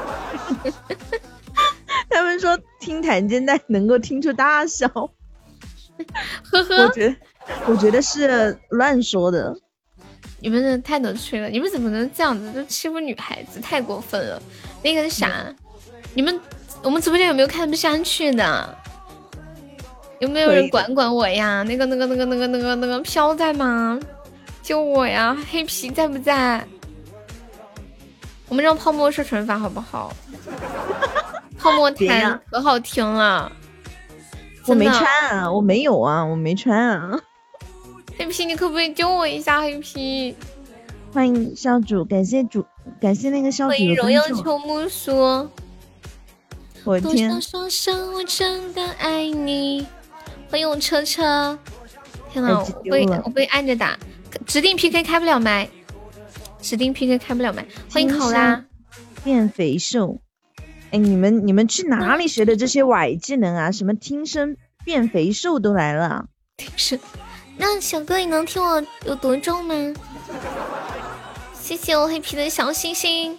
他们说听弹肩带能够听出大小， 呵呵。 我觉得是乱说的。 你们真的太能吹了！你们怎么能这样子就欺负女孩子？太过分了！那个是啥？我们直播间有没有看不下去的？有没有人管管我呀？那个飘在吗？救我呀！黑皮在不在？我们让泡沫说惩罚好不好？泡沫弹可好听了。 我没穿啊，我没有啊，我没穿啊。 黑皮，你可不可以救我一下？黑皮， 欢迎少主，感谢那个少主的欢迎荣耀秋木说。 我天！ 多少声我真的爱你。欢迎我车车。天哪，我被按着打。指定 PK 开不了麦。指定 PK 开不了麦。欢迎考拉。 变肥瘦。哎，你们去哪里学的这些歪技能啊？什么听声变肥瘦都来了。 听声。那小哥，你能听我有多重吗？谢谢我黑皮的小星星。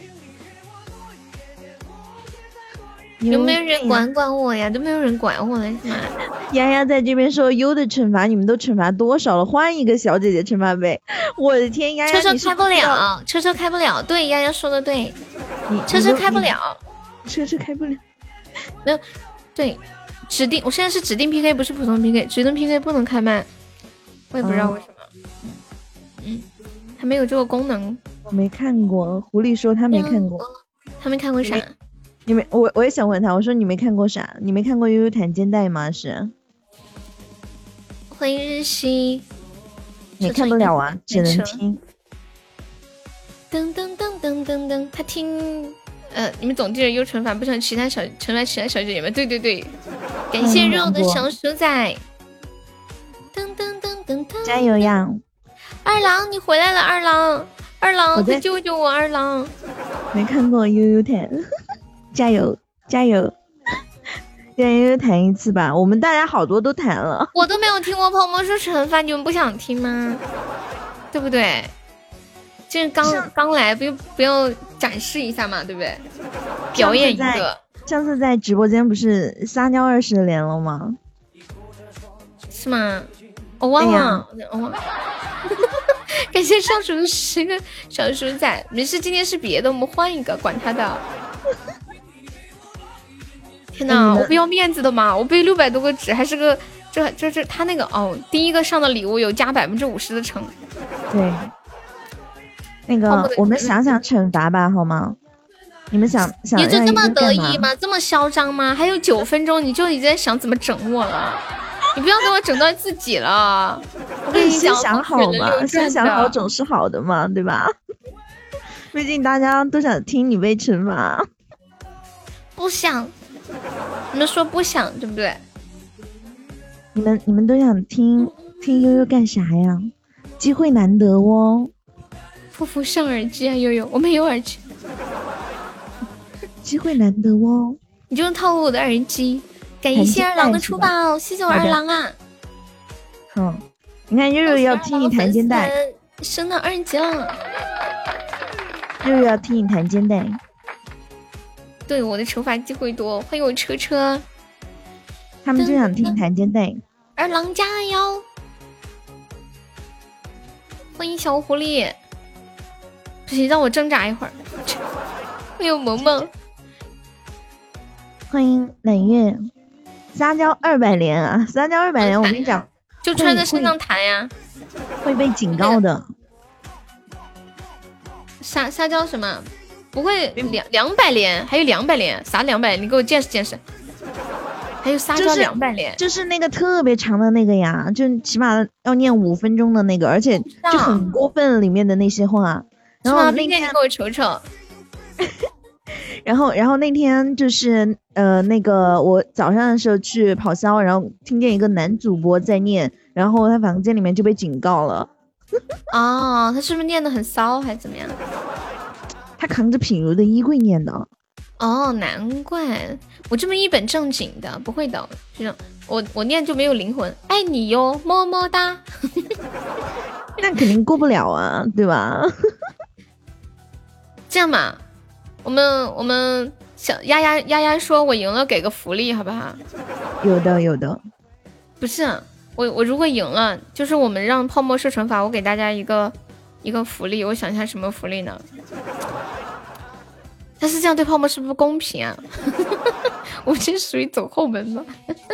有没有人管管我呀？都没有人管我了是吗？ 丫丫在这边说优的惩罚，你们都惩罚多少了？换一个小姐姐惩罚呗！我的天，丫丫车车开不了，车车开不了。对，丫丫说的对，车车开不了， 车车开不了。 没有，对，指定，我现在是指定 PK， 不是普通 PK， 指定 PK 不能开麦，我也不知道为什么。还没有这个功能。 我没看过，狐狸说他没看过， 他没看过啥？ 你没，我也想问他，我说你没看过啥？你没看过悠悠弹肩带吗？是。 欢迎日曦。 你看不了啊，只能听。 噔噔噔噔噔噔，他听。你们总记着优惩罚，不想其他小惩罚其他小姐姐们。对对对，感谢肉的小鼠仔。噔噔噔噔噔， 加油呀！ 二郎，你回来了，二郎，二郎，快救救我，二郎！ 没看过悠悠弹。加油加油，让悠悠弹一次吧！我们大家好多都弹了， 我都没有听过泡沫说惩罚，你们不想听吗？对不对？这刚来，不要展示一下嘛，对不对？表演一个。 上次在直播间不是撒娇20连了吗？ 是吗？我忘了，我忘了。感谢上鼠的10个小鼠仔，没事，今天是别的，我们换一个，管他的。天哪，我不要面子的嘛！我背600多个纸，还是个这他那个第一个上的礼物有加50%的成。 对，那个我们想想惩罚吧，好吗？你们想你就这么得意吗？这么嚣张吗？还有9分钟，你就已经在想怎么整我了？你不要给我整到自己了！我跟你讲， 先想好嘛，先想好总是好的嘛，对吧？毕竟大家都想听你被惩罚。 不想。你们说不想对不对？ 你们都想听悠悠干啥呀？机会难得哦。 夫妇上耳机啊，悠悠，我没有耳机。 机会难得哦。 你就套我的耳机。感谢二郎的出宝，谢谢我二郎啊。 你看悠悠要听你弹肩带， 升到2级了。 悠悠要听你弹肩带。 对，我的惩罚机会多。欢迎我车车， 他们就想听弹肩带。 二郎加油！欢迎小狐狸，不行，让我挣扎一会儿。欢迎萌萌， 欢迎冷月，撒娇200连啊！撒娇200连，我跟你讲， 就穿在身上弹呀， 会被警告的。 撒娇什么？不会200连，还有200连，啥200连？你给我见识见识。还有撒娇200连， 就是那个特别长的那个呀，就起码要念5分钟的那个，而且就很过分里面的那些话。然后那天你给我瞅瞅。 然后那天就是那个我早上的时候去跑骚，然后听见一个男主播在念，然后他房间里面就被警告了。 哦，他是不是念得很骚还是怎么样？ 他扛着品如的衣柜念的。 哦，难怪我这么一本正经的，不会的，这种我念就没有灵魂。爱你哟，么么哒。 那肯定过不了啊，对吧？ 这样嘛，我们小丫丫说我赢了，给个福利好不好？ 有的。 不是我如果赢了，就是我们让泡沫设惩罚，我给大家一个福利，我想一下什么福利呢？但是这样对泡沫是不是不公平啊？我们这属于走后门了。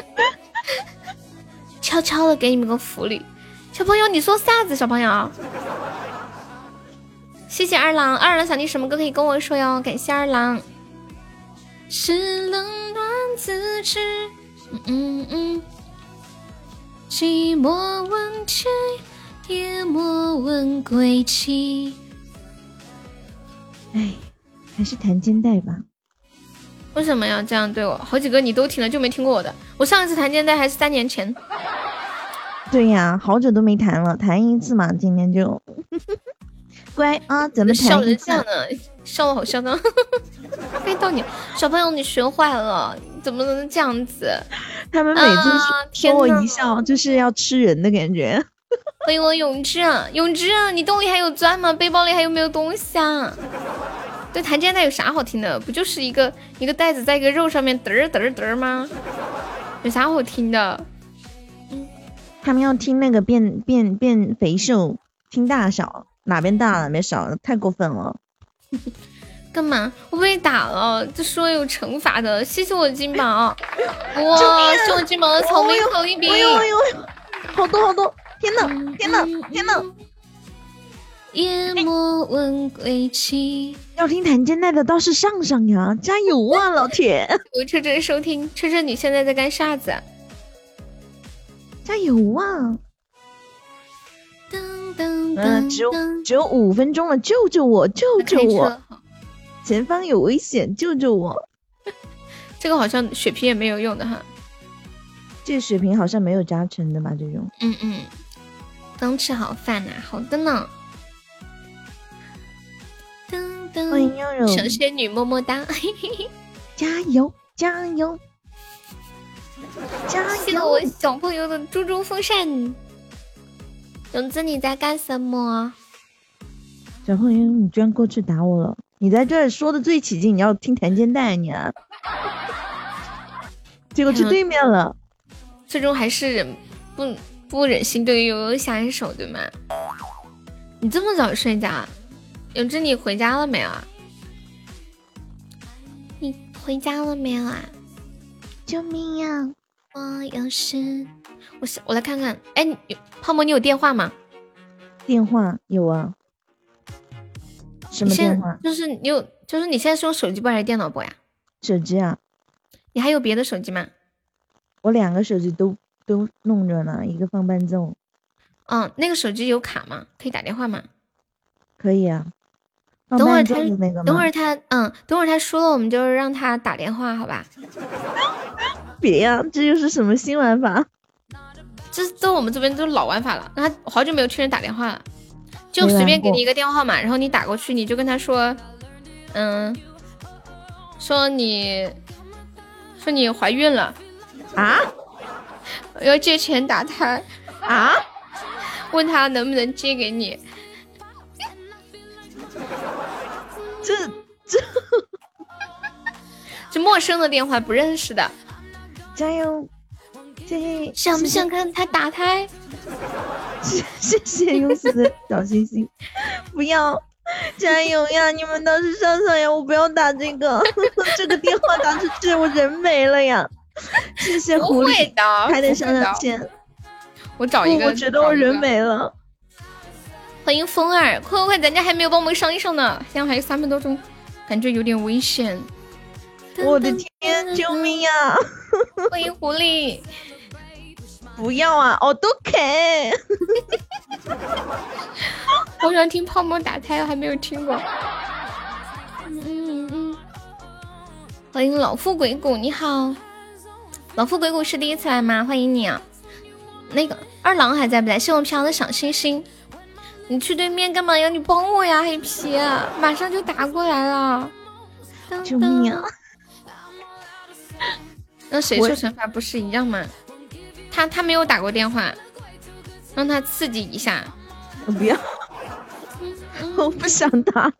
悄悄的给你们个福利，小朋友你说啥子？小朋友，谢谢二郎，二郎想听什么歌可以跟我说哟，感谢二郎。是冷暖自知，寂寞问天，也莫问归期。 哎。还是弹肩带吧。 为什么要这样对我？好几个你都听了，就没听过我的。我上一次弹肩带还是3年前。 对呀，好久都没弹了，弹一次嘛，今天就乖啊，咱们弹一次。笑人呢，笑的好嚣张。被到你，小朋友你学坏了，怎么能这样子？ 他们每次说我一笑，就是要吃人的感觉。 欢迎我永志啊，永志啊，你兜里还有钻吗？背包里还有没有东西啊？对，弹肩带有啥好听的？不就是一个带子在一个肉上面嘚儿嘚儿嘚儿吗？有啥好听的？ 他们要听那个变肥瘦，听大小，哪边大哪边少，太过分了。 干嘛？我被打了，这说有惩罚的。谢谢我的金宝，哇！谢我金宝的草莓口一饼， 好多！天哪！ 夜莫问归期。 要听弹肩带的倒是上呀，加油啊，老铁！ 我车车收听，车车你现在在干啥子？ 加油啊！只有5分钟了，救救我！前方有危险，救救我！ 这个好像血瓶也没有用的哈， 这个血瓶好像没有加成的吧？这种。 刚吃好饭呐，好的呢。 欢迎悠悠， 小仙女么么哒， 加油！ 谢谢我小朋友的猪猪风扇。勇子你在干什么？ 小朋友，你居然过去打我了！你在这说的最起劲，你要听弹肩带你啊，结果去对面了。 最终还是不忍心对悠悠下一手，对吗？你这么早睡觉？永志，你回家了没有啊？你回家了没有啊？ 救命呀！ 我有事，我来看看。哎，泡沫，你有电话吗？ 电话有啊。什么电话？ 就是你现在是用手机播还是电脑播呀？ 手机啊。 你还有别的手机吗？ 我2个手机都弄着呢，一个放伴奏。 那个手机有卡吗？可以打电话吗？ 可以啊。 等会儿他说了，我们就让他打电话，好吧？ 别呀，这又是什么新玩法？ 这都我们这边都是老玩法了。他好久没有确认打电话了，就随便给你一个电话号码，然后你打过去，你就跟他说，说你怀孕了啊， 要借钱打胎啊， 问他能不能借给你。这陌生的电话，不认识的。 加油！ 想不想看他打胎？ 谢谢用死的小星星。不要，加油呀！你们倒是上呀！我不要打这个，这个电话打出去我人没了呀！谢谢狐狸，还得上钱。 我找一个， 我觉得我人没了。 欢迎风儿，快快快，咱家还没有帮我们上一上呢，现在还有3分多钟，感觉有点危险。 我的天，救命呀！ 欢迎狐狸， 不要啊，我都可。 我想听泡沫打胎，还没有听过。欢迎老夫鬼谷，你好，老夫鬼谷是第一次来吗？欢迎你啊！那个二郎还在不在？谢我飘的小星星。你去对面干嘛呀？你帮我呀，黑皮，马上就打过来了。 救命啊！ 那谁受惩罚不是一样吗？他没有打过电话，让他刺激一下。 我不要，我不想打。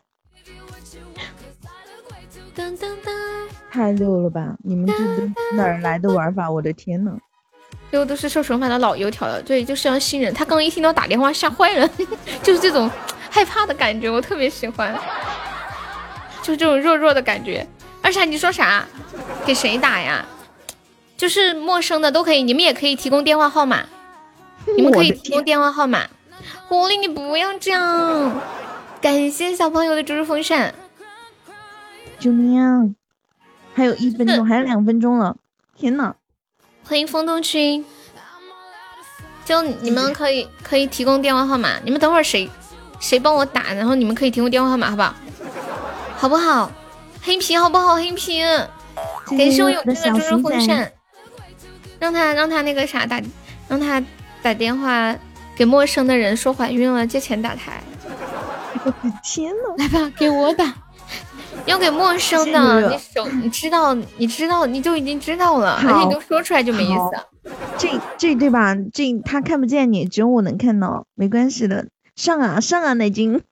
太溜了吧！你们这都哪儿来的玩法？我的天呐！ 这都是受惩罚的老油条了，对，就是要新人。他刚一听到打电话吓坏了，就是这种害怕的感觉，我特别喜欢，就是这种弱弱的感觉。二傻，你说啥？给谁打呀？就是陌生的都可以，你们也可以提供电话号码，你们可以提供电话号码。狐狸，你不要这样！感谢小朋友的逐日风扇。 救命啊！还有1分钟，还有2分钟了！天呐！ 欢迎风动君，就你们可以提供电话号码，你们等会儿谁帮我打，然后你们可以提供电话号码，好不好？好不好？黑皮好不好？黑皮，感谢我有这个逐日风扇，让他那个啥打，让他打电话给陌生的人说怀孕了，借钱打胎。 我的天呐！ 来吧，给我打。要给陌生的，你知道，你就已经知道了，而且你都说出来就没意思。 这对吧？这他看不见你，只有我能看到，没关系的。上啊上啊，奶精！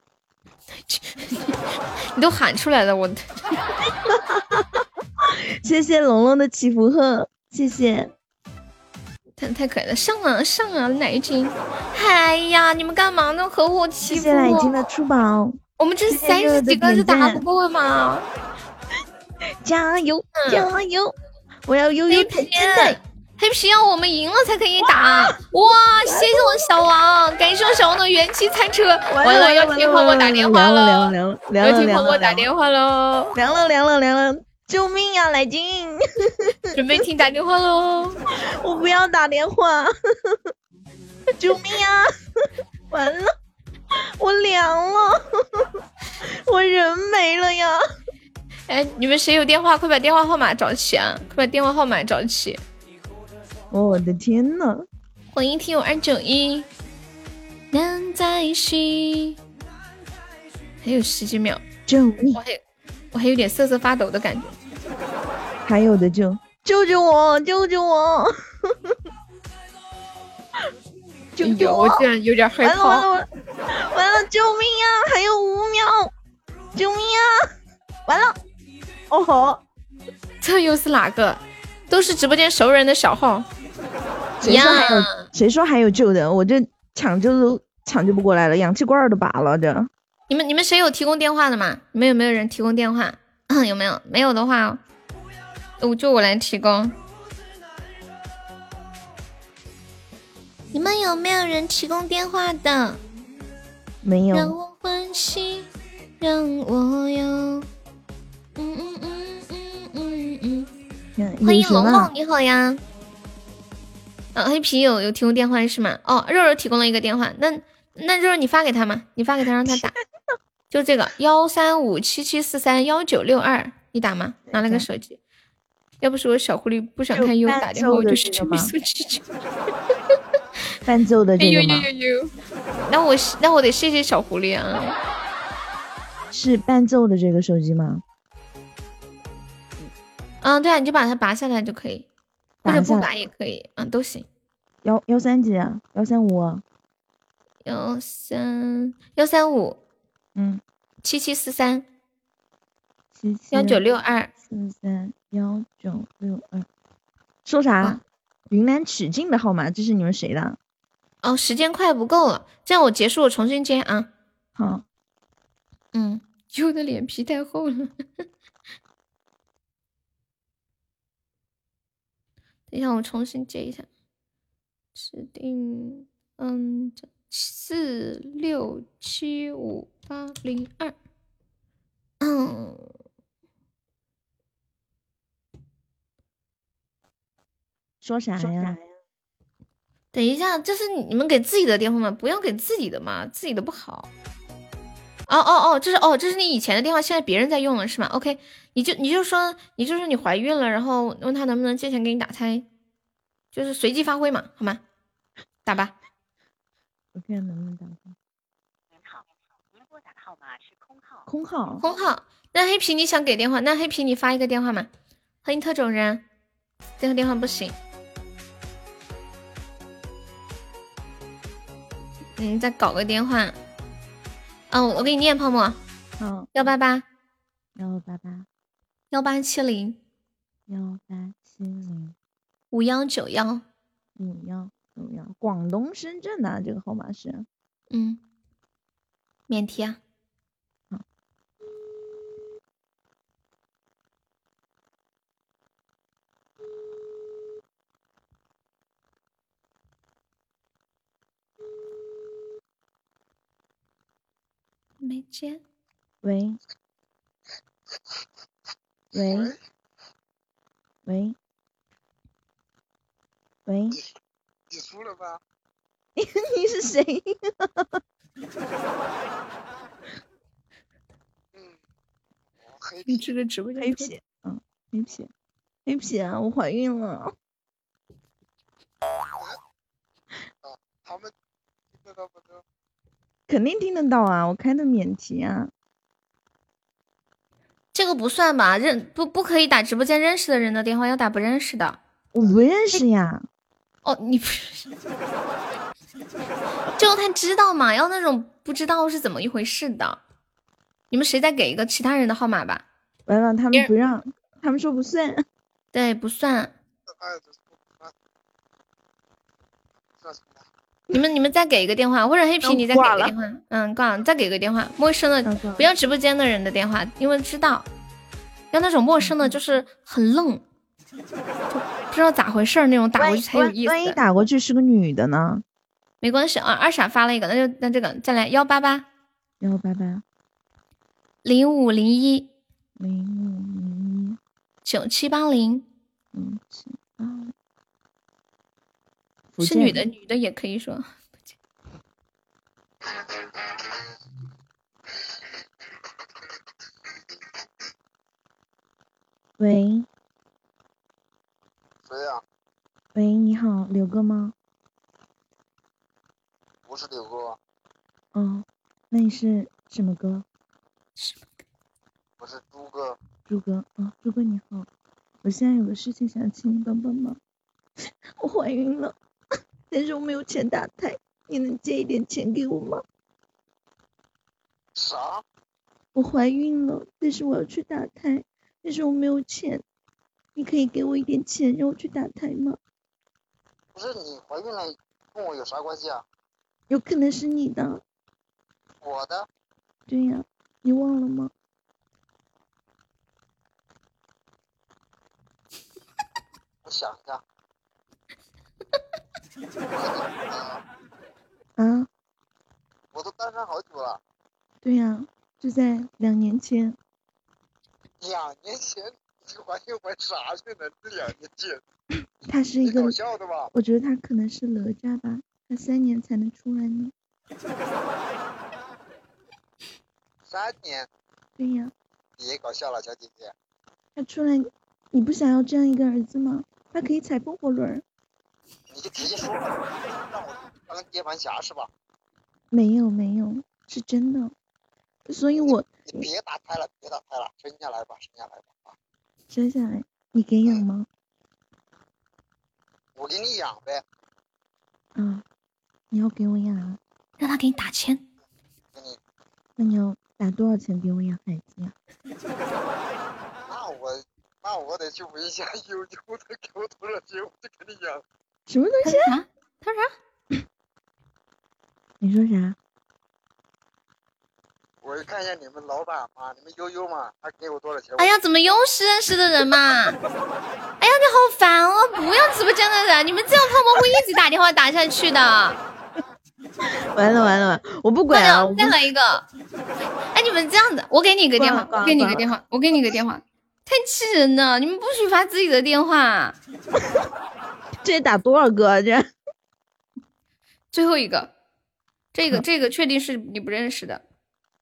你都喊出来了，我。 谢谢龙龙的祈福贺，谢谢。 太可爱了，上啊上啊，奶精！哎呀，你们干嘛呢？和我欺负我！ 谢谢奶精的出宝。 我们这30几个是打不过吗？ 加油加油！我要悠悠坦坦。 黑皮要我们赢了才可以打。哇，谢谢我小王，感谢我小王的元气餐车。完了，要听泡沫打电话了，要听泡沫打电话喽。 凉了！救命呀，奶精！ 准备听打电话喽。 我不要打电话。救命呀！完了。我凉了，我人没了呀！ 哎，你们谁有电话？快把电话号码找齐啊！快把电话号码找齐！ 我的天呐！ 欢迎听友291，难在一起。还有10几秒， 救命！ 我还有点瑟瑟发抖的感觉。 还有的救我！ 我竟然有点害怕。 完了！救命啊！还有5秒！救命啊！完了！哦吼！ 这又是哪个？都是直播间熟人的小号。 谁说还有救的？我这抢救都抢救不过来了，氧气罐都拔了这。 你们谁有提供电话的吗？你们有没有人提供电话？有没有？没有的话，我来提供。你们有没有人提供电话的？ 没有。 让我欢喜，让我有。欢迎龙龙，你好呀。黑皮有提供电话是吗？哦，肉肉提供了一个电话，那肉肉你发给他嘛，你发给他让他打，就这个13577431962，你打吗？拿了个手机。要不是我小狐狸不想看优打电话，我就是去秘书去。 伴奏的这个吗？ 那我得谢谢小狐狸啊。 是伴奏的这个手机吗？ 对啊，你就把它拔下来就可以，或者不拔也可以，都行。 113几啊？135啊 ？135， 7743 1962 431962。说啥？云南曲靖的号码，这是你们谁的？ 哦，时间快不够了，这样我结束，我重新接啊。 好。 我的脸皮太厚了。等一下，我重新接一下。指定， 467582。 说啥呀？ 等一下，这是你们给自己的电话吗？不要给自己的嘛，自己的不好。这是你以前的电话，现在别人在用了是吗 ？OK， 你就说你怀孕了，然后问他能不能借钱给你打胎，就是随机发挥嘛，好吗？打吧。 我看能不能打通。 您好，您拨打的号码是空号。 空号。 那黑皮你想给电话？那黑皮你发一个电话嘛？欢迎特种人，这个电话不行。再搞个电话。我给你念泡沫。 好 ，188 188 1870 5191 5191，广东深圳的这个号码是。 免提啊。 好。 没接。 喂。 你输了吧？ 你是谁？ 你这个直播间黑皮，黑皮啊！我怀孕了。 他们听得到不？ 肯定听得到啊！我开的免提啊。 这个不算吧？不可以打直播间认识的人的电话，要打不认识的。 我不认识呀。 你不是？就他知道嘛？要那种不知道是怎么一回事的。你们谁再给一个其他人的号码吧？ 完了，他们不让，他们说不算。 对，不算。你们再给一个电话，或者黑皮你再给个电话。挂了，再给个电话。陌生的，不要直播间的人的电话，因为知道。要那种陌生的，就是很愣，就不知道咋回事那种打过去才有意思。 万一打过去是个女的呢？ 没关系啊，二傻发了一个，那这个再来188 0501 9780 是女的也可以说。 喂。 谁呀？ 喂，你好，刘哥吗？ 不是刘哥。 那你是什么哥？ 我是猪哥。 猪哥，猪哥你好，我现在有个事情想请你帮帮忙。我怀孕了，但是我没有钱打胎，你能借一点钱给我吗？ 啥？ 我怀孕了，但是我要去打胎，但是我没有钱，你可以给我一点钱让我去打胎吗？ 不是你怀孕了，跟我有啥关系啊？ 有可能是你的。 我的？ 对呀，你忘了吗？ 我想一下。我都单身好久了。 对呀，就在2年前。 2年前？你怀孕怀啥去呢？2年前。 他是一个搞笑的吧？ 我觉得他可能是哪吒吧，他3年才能出来呢。 3年？ 对呀。 别搞笑了，小姐姐。 他出来，你不想要这样一个儿子吗？他可以踩风火轮。 你就直接说吧，让我当接盘侠是吧？ 没有，是真的。所以你别打胎了，生下来吧。 生下来，你给养吗？ 我给你养呗。 你要给我养啊？ 让他给你打钱。 那你要打多少钱给我养孩子呀？ 那我得去问一下悠悠，他给我多少钱，我就给你养。 什么东西？ 他说啥？ 你说啥？ 我看一下你们老板嘛，你们悠悠嘛，他给我多少钱？ 哎呀，怎么又是认识的人嘛？哎呀，你好烦哦！不要直播间的人，你们这样泡沫会一直打电话打下去的。 完了，我不管啊！ 再来一个。哎，你们这样子，我给你个电话，我给你个电话，太气人了！你们不许发自己的电话。 这打多少个？这最后一个，这个确定是你不认识的。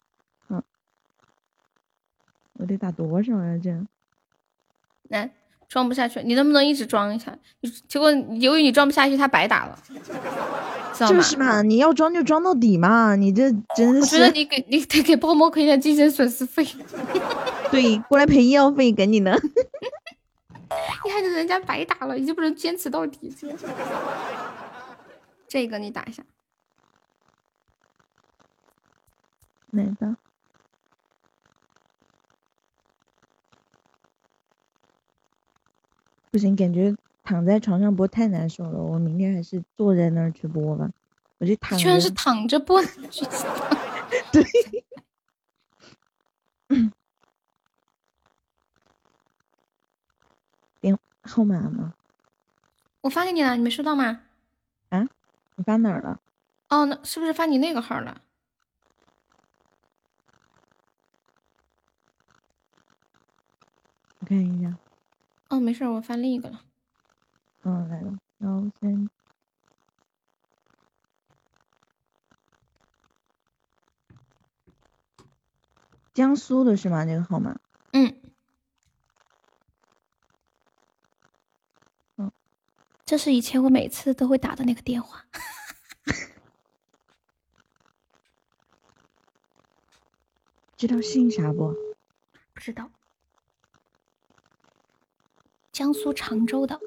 我得打多少呀？这来，装不下去，你能不能一直装一下？结果由于你装不下去，他白打了，知道吗？ 就是嘛，你要装就装到底嘛，你这真的是。 我觉得你得给泡沫亏点精神损失费。 对，过来赔医药费，赶紧的。 你害得人家白打了，你就不能坚持到底。这个你打一下。 哪个？不行，感觉躺在床上播太难受了。我明天还是坐在那儿去播吧。我就躺着。 居然是躺着播。 对。电号码吗？ 我发给你了，你没收到吗？ 啊？你发哪儿了？ 哦，那是不是发你那个号了？ 我看一下。 哦，没事，我发另一个了。 来了，13。江苏的是吗？这个号码？ 这是以前我每次都会打的那个电话。 知道姓啥不？ 不知道。江苏常州的。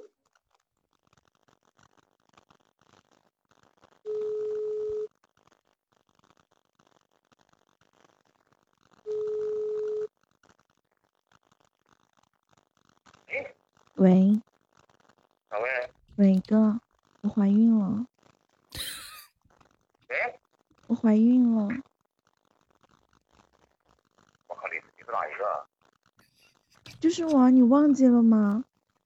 喂。 喂。 伟哥，我怀孕了。我怀孕了。 我靠，你是哪一个？ 就是我，你忘记了吗？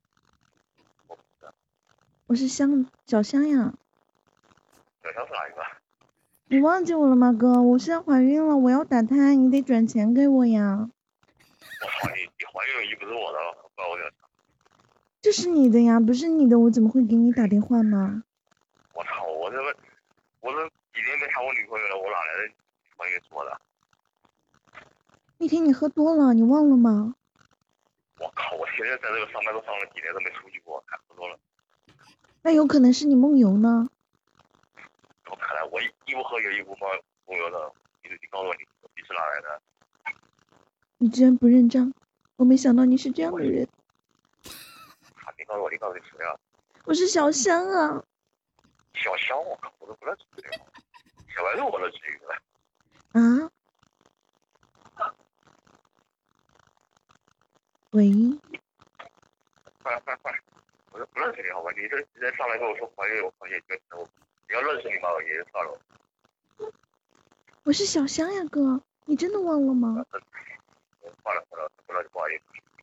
我是小香呀。 小香是哪一个？ 你忘记我了吗，哥？我现在怀孕了，我要打胎，你得转钱给我呀。 我操，你怀孕又不是我的，不然我就。 这是你的呀，不是你的，我怎么会给你打电话呢？ 我操，我这几年没谈过女朋友了，我哪来的怀孕说的？ 那天你喝多了，你忘了吗？ 我靠，我现在在这个上班都上了几年都没出去过，太喝多了。 那有可能是你梦游呢。 怎么可能？我一不喝酒一不梦游的，你告诉我你是哪来的？ 你居然不认账，我没想到你是这样的人。 你告诉我你谁啊？ 我是小香啊。 小香，我靠，我都不认识这个。小白肉我都知道。 啊？喂。 快！我都不认识你好吧？你这直接上来跟我说怀孕，我发现你要认识你嘛，我也算了。 我是小香呀，哥，你真的忘了吗？ 挂了，不好意思。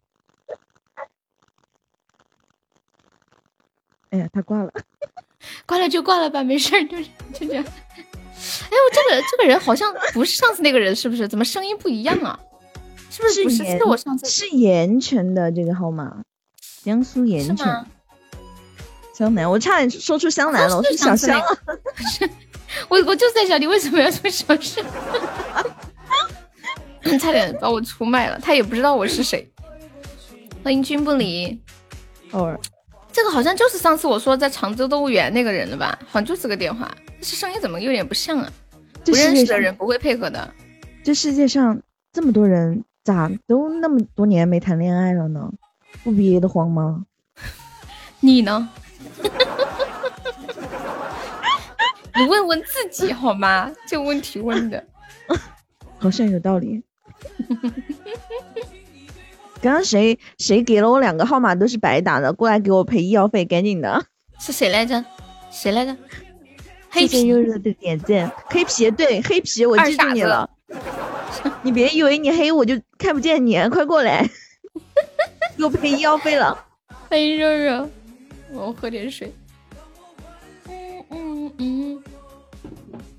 哎呀，他挂了。 挂了就挂了吧，没事儿，就这样。哎，我这个人好像不是上次那个人，是不是？怎么声音不一样啊？是不是？是我上次是盐城的这个号码，江苏盐城。湘南，我差点说出湘南了，我是小香啊。 我就在想你为什么要说小香，差点把我出卖了。他也不知道我是谁。欢迎君不离。 偶尔。 这个好像就是上次我说在常州动物园那个人了吧？好像就是这个电话，但是声音怎么有点不像啊？不认识的人不会配合的。 这世界上这么多人，咋都那么多年没谈恋爱了呢？不憋得慌吗？ 你呢？你问问自己好吗？这个问题问的好像有道理。刚刚谁给了我2个号码都是白打的，过来给我赔医药费，赶紧的。 是谁来着？ 黑皮悠悠的点赞，黑皮，对，黑皮，我记住你了。你别以为你黑我就看不见你，快过来，给我赔医药费了。 欢迎热热，我喝点水。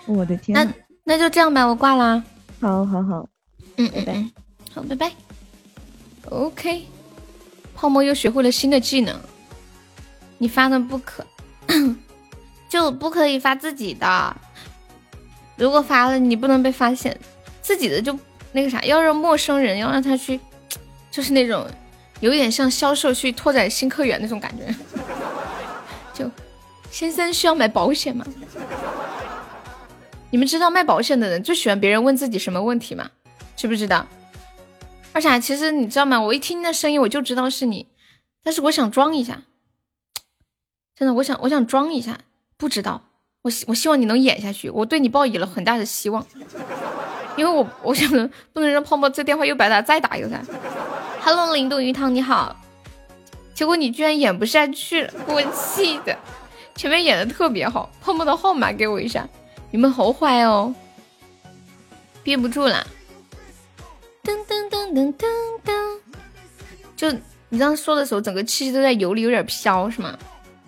我的天！ 那就这样吧，我挂啦。 好好好，拜拜。 好，拜拜。OK， 泡沫又学会了新的技能。你发的不可，就不可以发自己的。如果发了，你不能被发现。自己的就那个啥，要让陌生人，要让他去，就是那种有点像销售去拓展新客源那种感觉。就先生需要买保险吗？你们知道卖保险的人最喜欢别人问自己什么问题吗？知不知道？而且其实你知道吗？我一听那声音我就知道是你，但是我想装一下，真的，我想装一下，不知道。我希望你能演下去，我对你抱以了很大的希望，因为我想不能让泡泡这电话又把他再打一个噻。Hello， 零度鱼汤你好，结果你居然演不下去了，我气的。前面演的特别好，泡泡的号码给我一下。你们好坏哦，憋不住了。噔噔噔噔噔噔，就你这样说的时候，整个气息都在油里有点飘，是吗？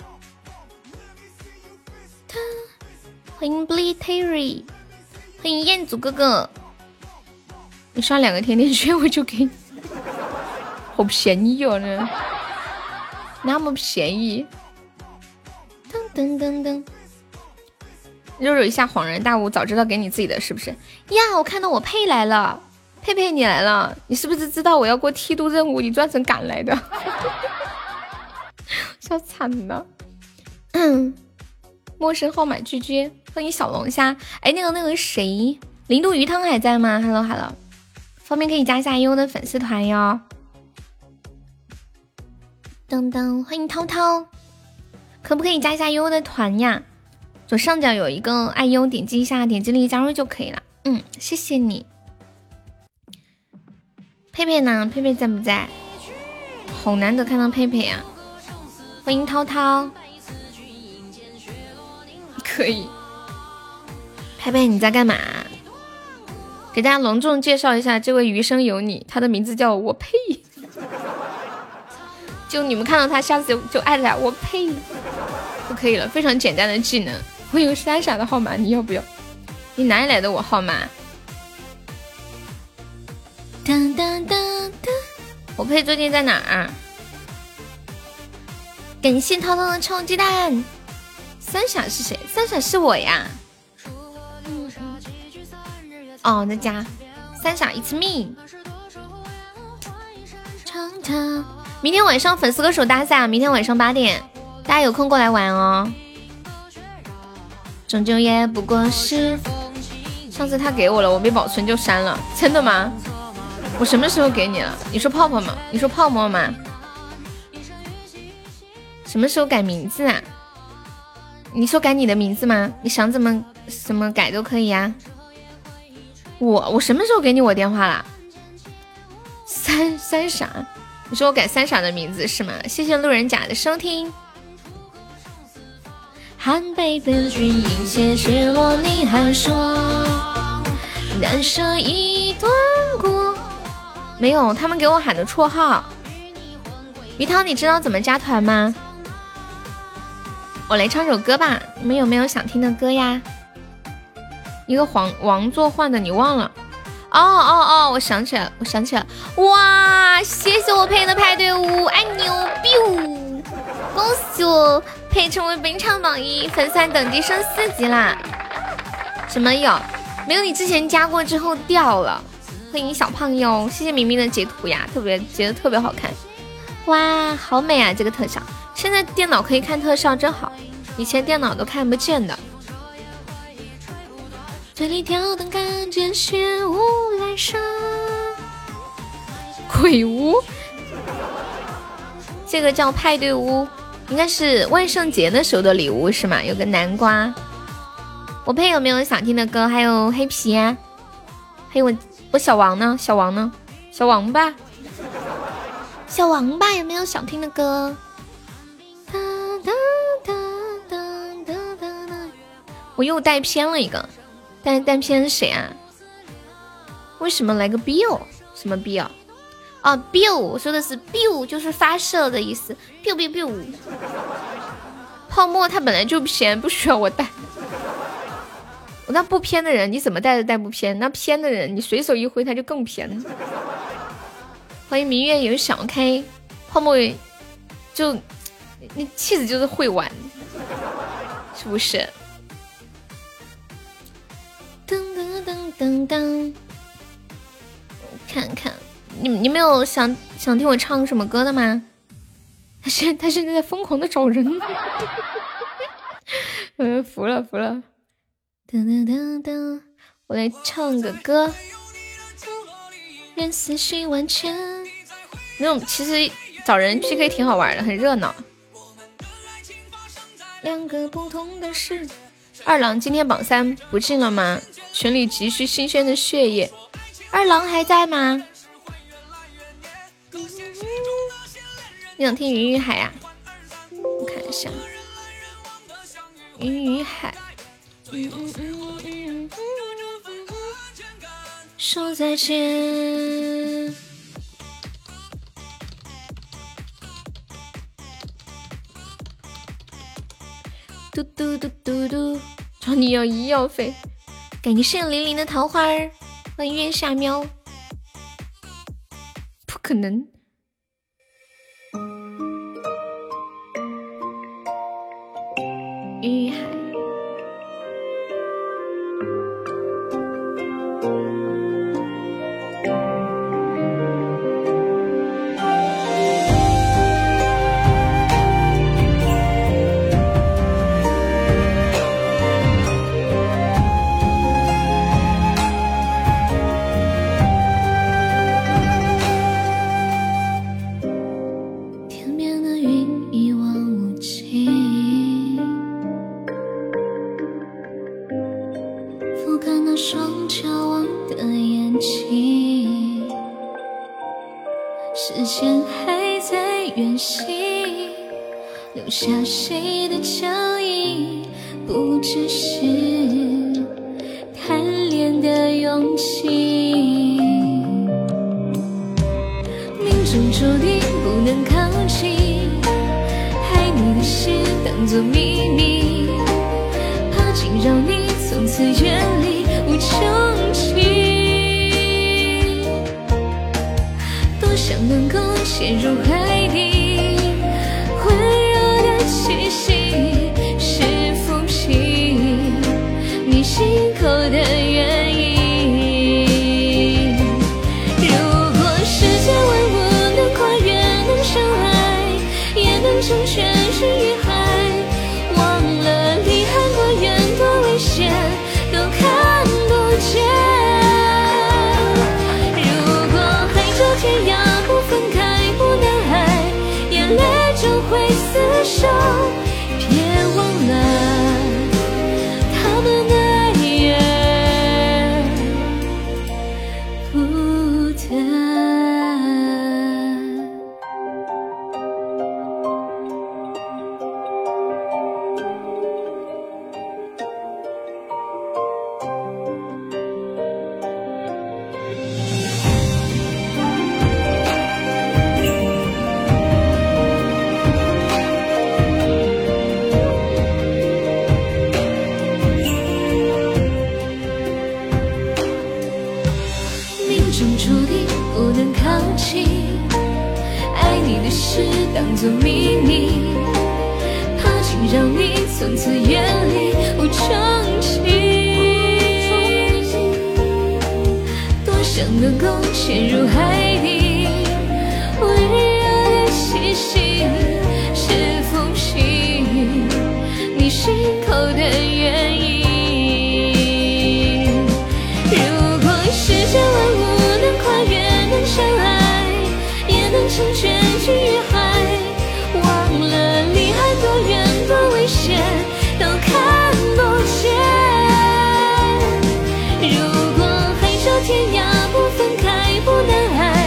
欢迎 Bleed Terry， 欢迎彦祖哥哥。你刷2个甜甜圈我就给你，好便宜哦，这那么便宜。噔噔噔噔。肉肉一下恍然大悟，早知道给你自己的，是不是呀？我看到我佩来了，佩佩你来了，你是不是知道我要过梯度任务，你专程赶来的？笑惨了。陌生号码拒绝，欢迎小龙虾。哎，那个谁，零度鱼汤还在吗 ？Hello Hello， 方便可以加一下优的粉丝团哟。噔噔，欢迎涛涛，可不可以加一下优的团呀？左上角有一个爱优，点击一下，点击立即加入就可以了。谢谢你。佩佩呢？佩佩在不在？好难得看到佩佩啊！欢迎涛涛。可以。佩佩你在干嘛？给大家隆重介绍一下，这位余生有你，他的名字叫我呸。就你们看到他，下次就艾特他我呸，就可以了。非常简单的技能。我有闪闪的号码，你要不要？你哪里来的我号码？当当当当，我佩最近在哪儿？感谢涛涛的臭鸡蛋。三傻是谁？三傻是我呀。哦，在家。三傻 it's me。明天晚上粉丝歌手大赛，明天晚上8点，大家有空过来玩哦。终究也不过是，上次他给我了，我没保存就删了。真的吗？我什么时候给你了？你说泡泡吗？你说泡沫吗？什么时候改名字啊？你说改你的名字吗？你想怎么改都可以呀。我什么时候给你我电话了？三傻，你说我改三傻的名字是吗？谢谢路人甲的收听。寒北的军营，谢谢落你还说难舍一段过。没有，他们给我喊的绰号。鱼汤，你知道怎么加团吗？我来唱首歌吧，你们有没有想听的歌呀？一个王座换的，你忘了？哦，我想起来了，哇，谢谢我配的派对舞，爱牛逼！恭喜我配成为本场榜1，粉丝等级升4级啦！什么有？没有，你之前加过之后掉了。欢迎小胖哟，谢谢明明的截图呀，截的特别好看。哇，好美啊这个特效！现在电脑可以看特效真好，以前电脑都看不见的。这里跳灯看见雪雾来生，鬼屋，这个叫派对屋，应该是万圣节的时候的礼物是吗？有个南瓜。我配有没有想听的歌？还有黑皮啊，还有我小王呢？小王吧有没有想听的歌？我又带偏了一个。带偏是谁啊？为什么来个 biu？ 什么 biu？ 哦 biu， 我说的是 biu， 就是发射的意思。biu biu biu。泡沫它本来就偏，不需要我带。 那不偏的人你怎么带都带不偏，那偏的人你随手一挥他就更偏。欢迎明月有小 K， 泡沫就你气质就是会玩，是不是？噔噔噔噔噔，看看你们有想听我唱什么歌的吗？他现在在疯狂的找人，服了。噔噔噔噔，我来唱个歌。愿思绪万千。那种其实找人 PK 挺好玩的，很热闹。两个不同的事。二郎今天榜3不进了吗？群里急需新鲜的血液。二郎还在吗？你想听云与海啊？我看一下，云与海。说再见。嘟嘟嘟嘟嘟，找你要医药费。感谢零零的桃花儿，欢迎月下喵。不可能。云与海。留下谁的脚印，不只是贪恋的勇气。命中注定不能靠近，爱你的事当作秘密，怕惊扰你，从此远离无穷尽。多想能够潜入海底，温柔的气息是抚平你心口的原因。如果世界万物能跨越，能相爱，也能成全人与海，忘了离岸多远多危险都看不见。如果海角天涯不分开，不能爱，眼泪就会厮守，别忘了他们的爱也不得。命中注定不能靠近，爱你的事当作秘密，怕惊扰你，从此远离无穷尽。多想能够潜入海底，温热的气息是抚平你心口的原因。如果世界万物能跨越，能相爱，也能成全人与海，忘了离岸多远多危险都看不见。如果海角天涯不分开，不能爱，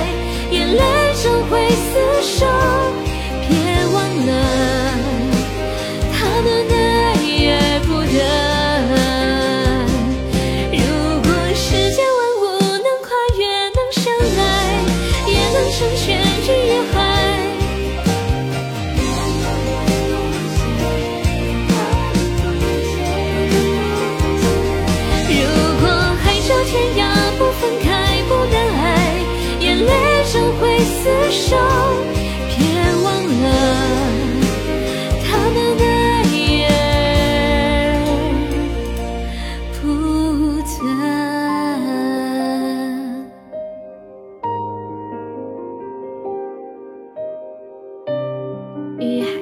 雨海。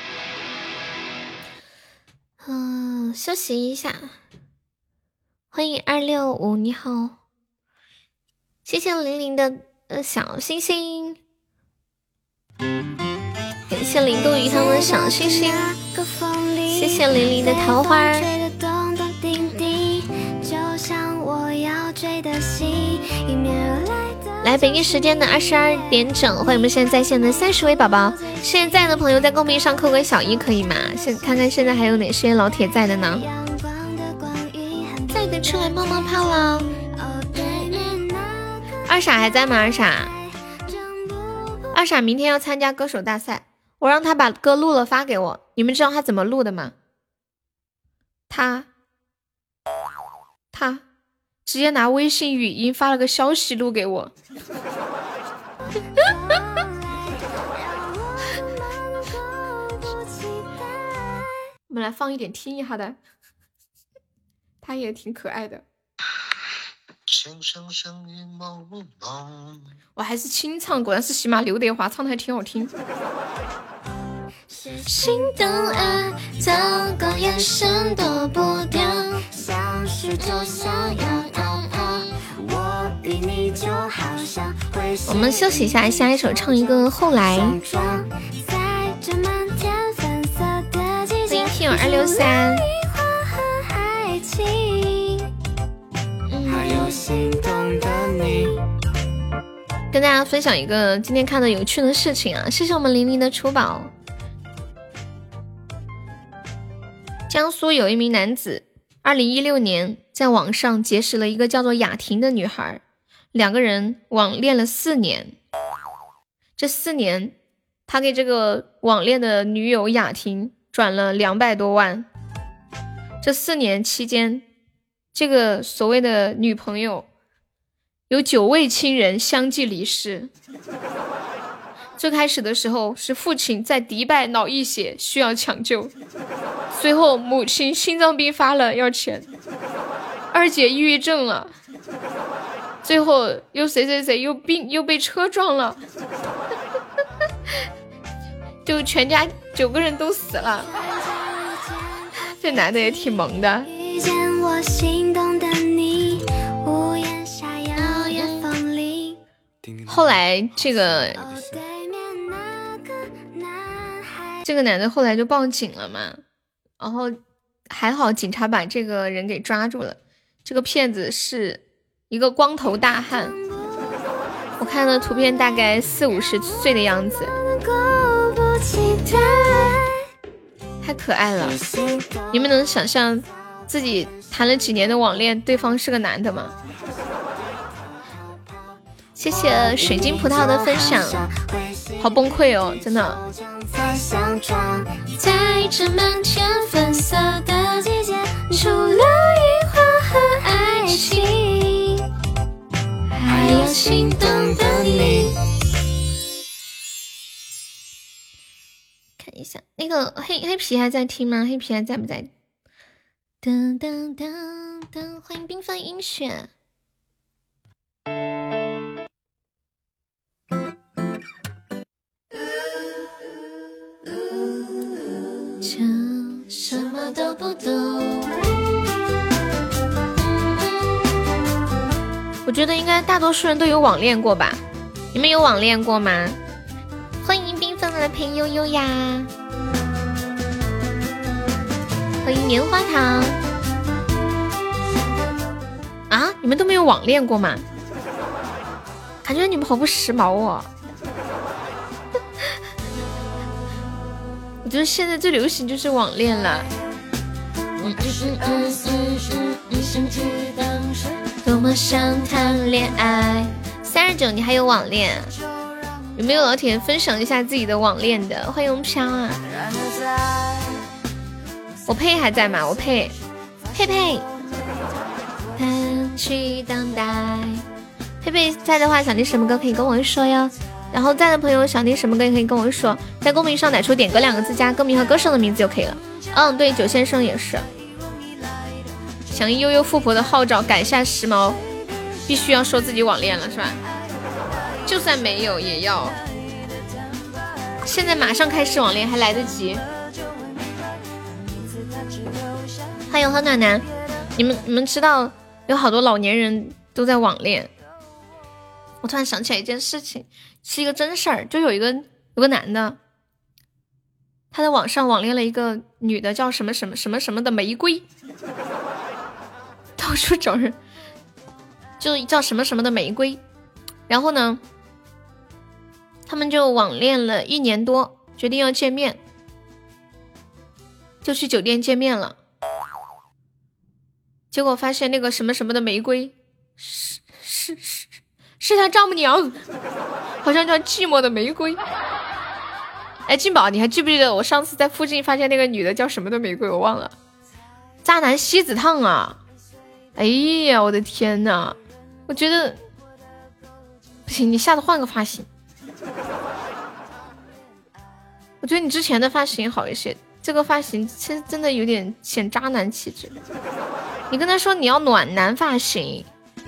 休息一下。欢迎265，你好，谢谢玲玲的小星星，感谢零度鱼汤的小星星，谢谢玲玲的桃花。来，北京时间的22点整，欢迎我们现在在线的30位宝宝。现在的朋友在公屏上扣个小1可以吗？看看现在还有哪些老铁在的呢？在的出来冒冒泡了。二傻还在吗？二傻明天要参加歌手大赛，我让他把歌录了发给我。你们知道他怎么录的吗？他直接拿微信语音发了个消息录给我。我们来放一点听一下的，他也挺可爱的。我还是清唱，果然是喜马刘德华唱的还挺好听。心动爱的光眼神躲不掉，想是就想要我比你就好像会。我们休息一下，下一首唱一个后来。在这满天粉色的季节，欢迎263。还有心动的你。跟大家分享一个今天看的有趣的事情啊！谢谢我们玲玲的出宝。江苏有一名男子2016年在网上结识了一个叫做雅婷的女孩，两个人网恋了4年。这4年他给这个网恋的女友雅婷转了200多万。这4年期间，这个所谓的女朋友有9位亲人相继离世。最开始的时候是父亲在迪拜脑溢血需要抢救，随后母亲心脏病发了要钱，二姐抑郁症了，最后又谁又被车撞了，就全家9个人都死了。这男的也挺萌的。后来这个男的后来就报警了嘛，然后还好警察把这个人给抓住了。这个骗子是一个光头大汉，我看的图片大概40-50岁的样子，太可爱了。你们能想象自己谈了几年的网恋，对方是个男的吗？谢谢水晶葡萄的分享，好崩溃哦，真的。在这满天粉色的季节，除了樱花和爱情，还有心动的你。看一下那个黑皮还在听吗？黑皮还在不在？噔噔噔噔，欢迎缤纷音雪。就什么都不懂。我觉得应该大多数人都有网恋过吧？你们有网恋过吗？欢迎缤纷的陪悠悠呀！欢迎棉花糖啊！你们都没有网恋过吗？感觉你们好不时髦哦。我觉得现在最流行就是网恋了。多么想谈恋爱。39，你还有网恋？有没有老铁分享一下自己的网恋的？欢迎飘啊！我佩还在吗？我佩去等待。佩佩在的话，想听什么歌可以跟我说哟。然后在的朋友想听什么歌也可以跟我说，在公屏上打出点歌2个字加歌名和歌手的名字就可以了。嗯，对，九先生也是。响应悠悠富婆的号召，改下时髦，必须要说自己网恋了是吧？就算没有也要。 现在马上开始网恋还来得及。欢迎何暖男，你们知道有好多老年人都在网恋。我突然想起来一件事情，是一个真事儿，就有个男的，他在网上网恋了一个女的，叫什么什么什么什么的玫瑰，到处找人，就叫什么什么的玫瑰。然后呢，他们就网恋了1年多，决定要见面，就去酒店见面了。结果发现那个什么什么的玫瑰是他丈母娘，好像叫寂寞的玫瑰。哎，金宝，你还记不记得我上次在附近发现那个女的叫什么的玫瑰？我忘了，渣男锡纸烫啊！哎呀，我的天哪！我觉得不行，你下次换个发型。我觉得你之前的发型好一些，这个发型其实真的有点显渣男气质。你跟他说你要暖男发型。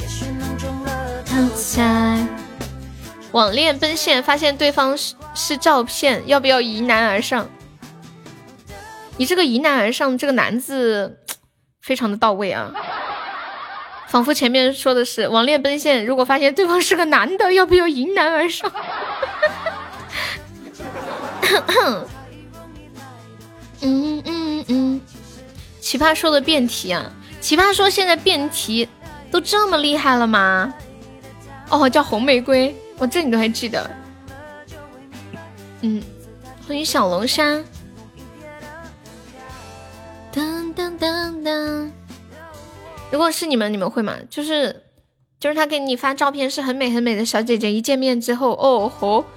网恋奔现，发现对方是照片，要不要迎难而上？你这个迎难而上这个难字非常的到位啊，仿佛前面说的是网恋奔现，如果发现对方是个男的，要不要迎难而上？奇葩说的辩题啊，奇葩说现在辩题都这么厉害了吗？哦，叫红玫瑰，我这你都还记得。欢迎小龙虾。当当当当。如果是你们会吗？就是他给你发照片是很美很美的小姐姐，一见面之后，哦吼！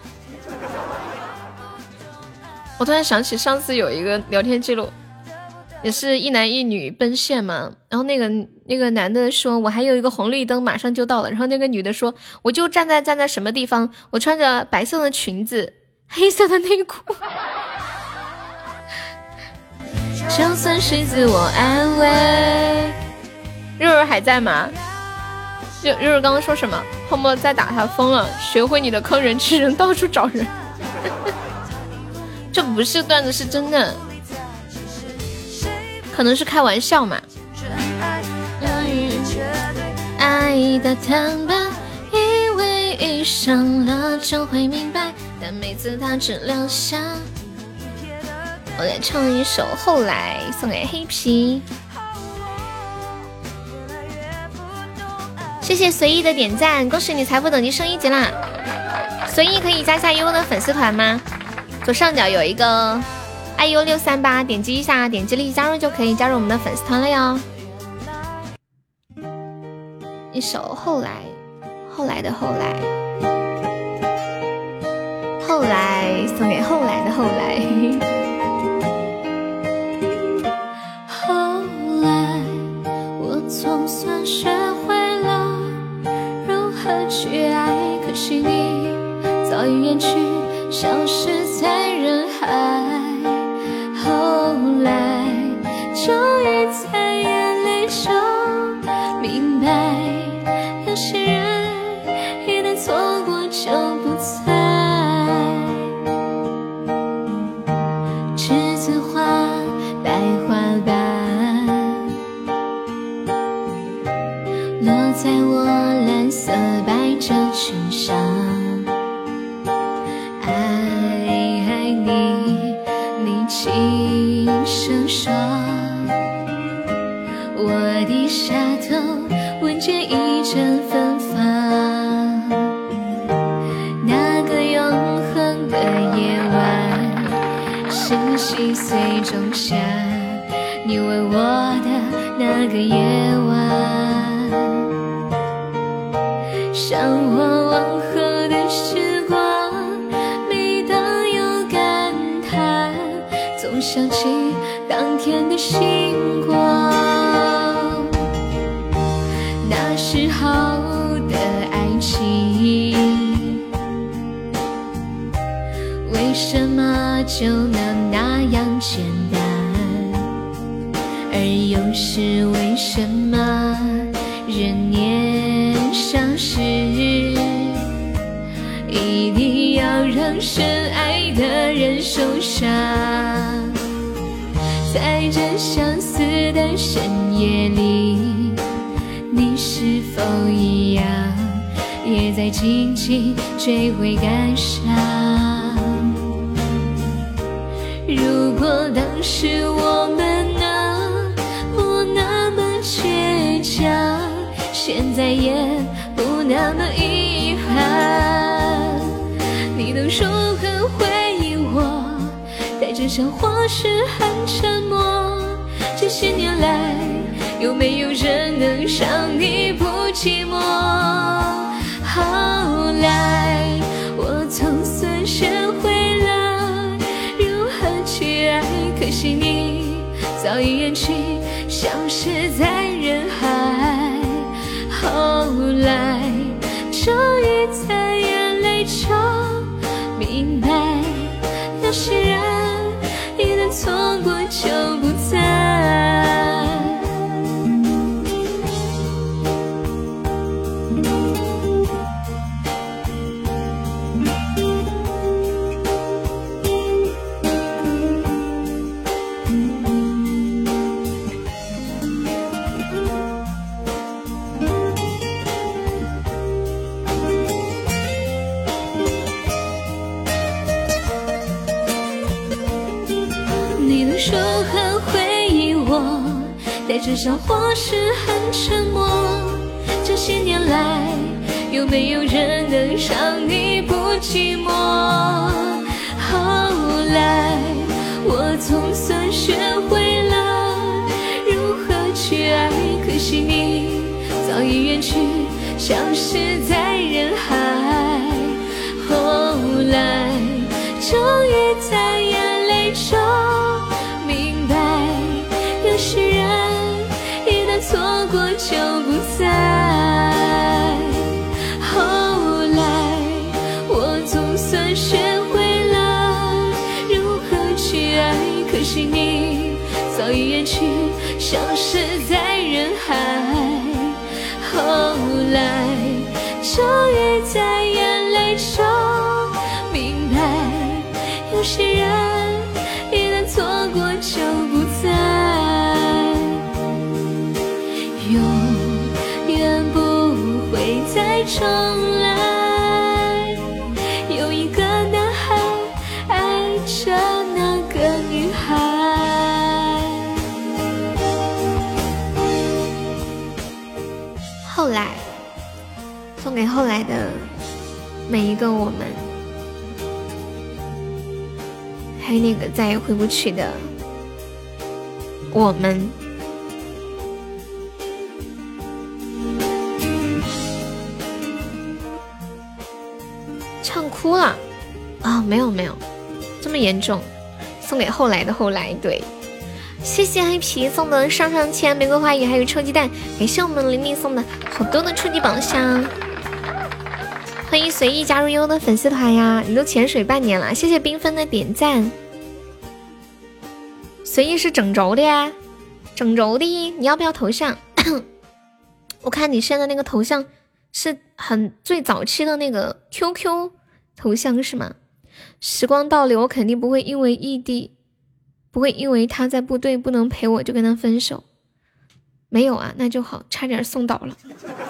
我突然想起上次有一个聊天记录，也是一男一女奔现嘛，然后那个男的说我还有一个红绿灯马上就到了，然后那个女的说我就站在什么地方，我穿着白色的裙子，黑色的内裤。就算是自我安慰。肉肉还在吗？肉肉刚刚说什么？泡沫再打他疯了，学会你的坑人吃人，到处找人。这不是段子，是真的，可能是开玩笑嘛。爱的坦白，以为遇上了就会明白，但每次他只留下。我来唱一首《后来》，送给黑皮。谢谢随意的点赞，恭喜你财富等级升1级啦！随意可以加下优的粉丝团吗？左上角有一个 IU638，点击一下，点击立即加入就可以加入我们的粉丝团了哟。一首后来，后来的后来，后来送给后来的后来。后来我总算学会了如何去爱，可惜你早已远去，消失在人海。后来终于在眼泪中明白，有些人一旦错过就不在。栀子花白花瓣落在我蓝色百褶裙上，爱你，你轻声说，我低下头闻见一阵芬芳。那个永恒的夜晚，是细碎仲夏，你吻我的那个夜晚，向我往后的时光，每当有感叹，总想起当天的星光。那时候的爱情，为什么就能那样简单？而又是为什么人年少时一定要让深爱的人受伤。在这相思的深夜里，你是否一样，也在静静追悔感伤？如果当时我们能不那么倔强，现在也不那么遗憾。你能如何回应我？带着像或是很沉默。这些年来，有没有人能让你不寂寞？后来，我总算学会了如何去爱，可惜你早已远去，消失在人海。后来，终于在眼泪中明白，有些人一旦错过就不再。你能如何回应我？带着笑或是很沉默。这些年来，有没有人能让你不寂寞？后来，我总算学会了如何去爱，可惜你早已远去，消失在人海。后来，终于在眼泪中明白，有些人一旦错过就不再。后来，我总算学会了如何去爱，可惜你早已远去，消失在人海。后来，终于在眼泪中明白，有些人一旦错过就不再，永远不会再重来。有一个男孩爱着那个女孩。 后来，送给后来的每一个我们，还有那个再也回不去的我们。唱哭了啊？没有没有，这么严重。送给后来的后来，对。谢谢黑皮送的上签玫瑰花语，还有臭鸡蛋，感谢我们玲玲送的好多的初级宝箱。欢迎随意加入悠悠的粉丝团呀！你都潜水半年了，谢谢缤纷的点赞。随意是整轴的呀，整轴的，你要不要头像？我看你现在那个头像是很最早期的那个 QQ 头像是吗？时光倒流，我肯定不会因为异地，不会因为他在部队不能陪我就跟他分手。没有啊，那就好，差点送倒了。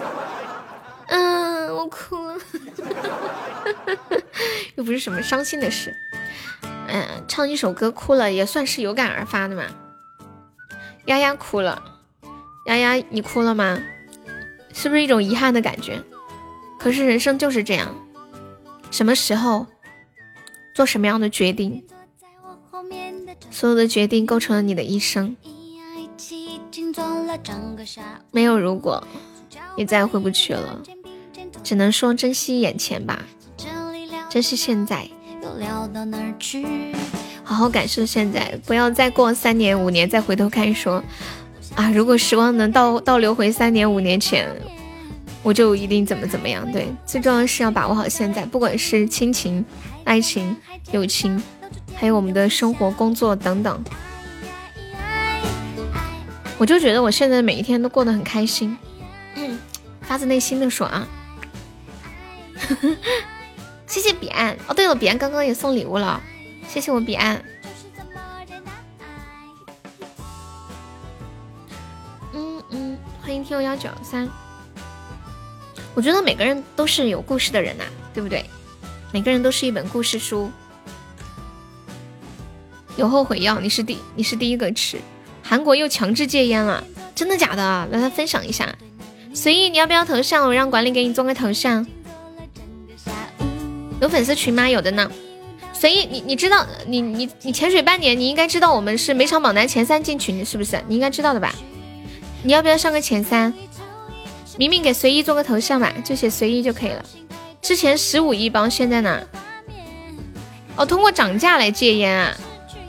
我哭了。又不是什么伤心的事。唱一首歌哭了也算是有感而发的嘛。丫丫哭了，丫丫你哭了吗？是不是一种遗憾的感觉？可是人生就是这样，什么时候做什么样的决定，所有的决定构成了你的一生。没有如果，也再回不去了，只能说珍惜眼前吧，珍惜现在，好好感受现在，不要再过3年5年再回头看说啊，如果时光能倒流回3年5年前，我就一定怎么样。对，最重要的是要把握好现在，不管是亲情、爱情、友情，还有我们的生活、工作等等。我就觉得我现在每一天都过得很开心，发自内心的说啊。 谢谢彼岸。哦，对了，彼岸刚刚也送礼物了，谢谢我彼岸。欢迎听193。我觉得每个人都是有故事的人呐，对不对？每个人都是一本故事书。有后悔药，你是第一个吃。韩国又强制戒烟了，真的假的？来分享一下。随意，你要不要头像？我让管理给你做个头像。有粉丝群吗？有的呢。随意，你知道你潜水半年，你应该知道我们是每场榜单前3进群，是不是？你应该知道的吧？你要不要上个前3？明明给随意做个头像吧，就写随意就可以了。之前15亿包，现在呢？哦，通过涨价来戒烟啊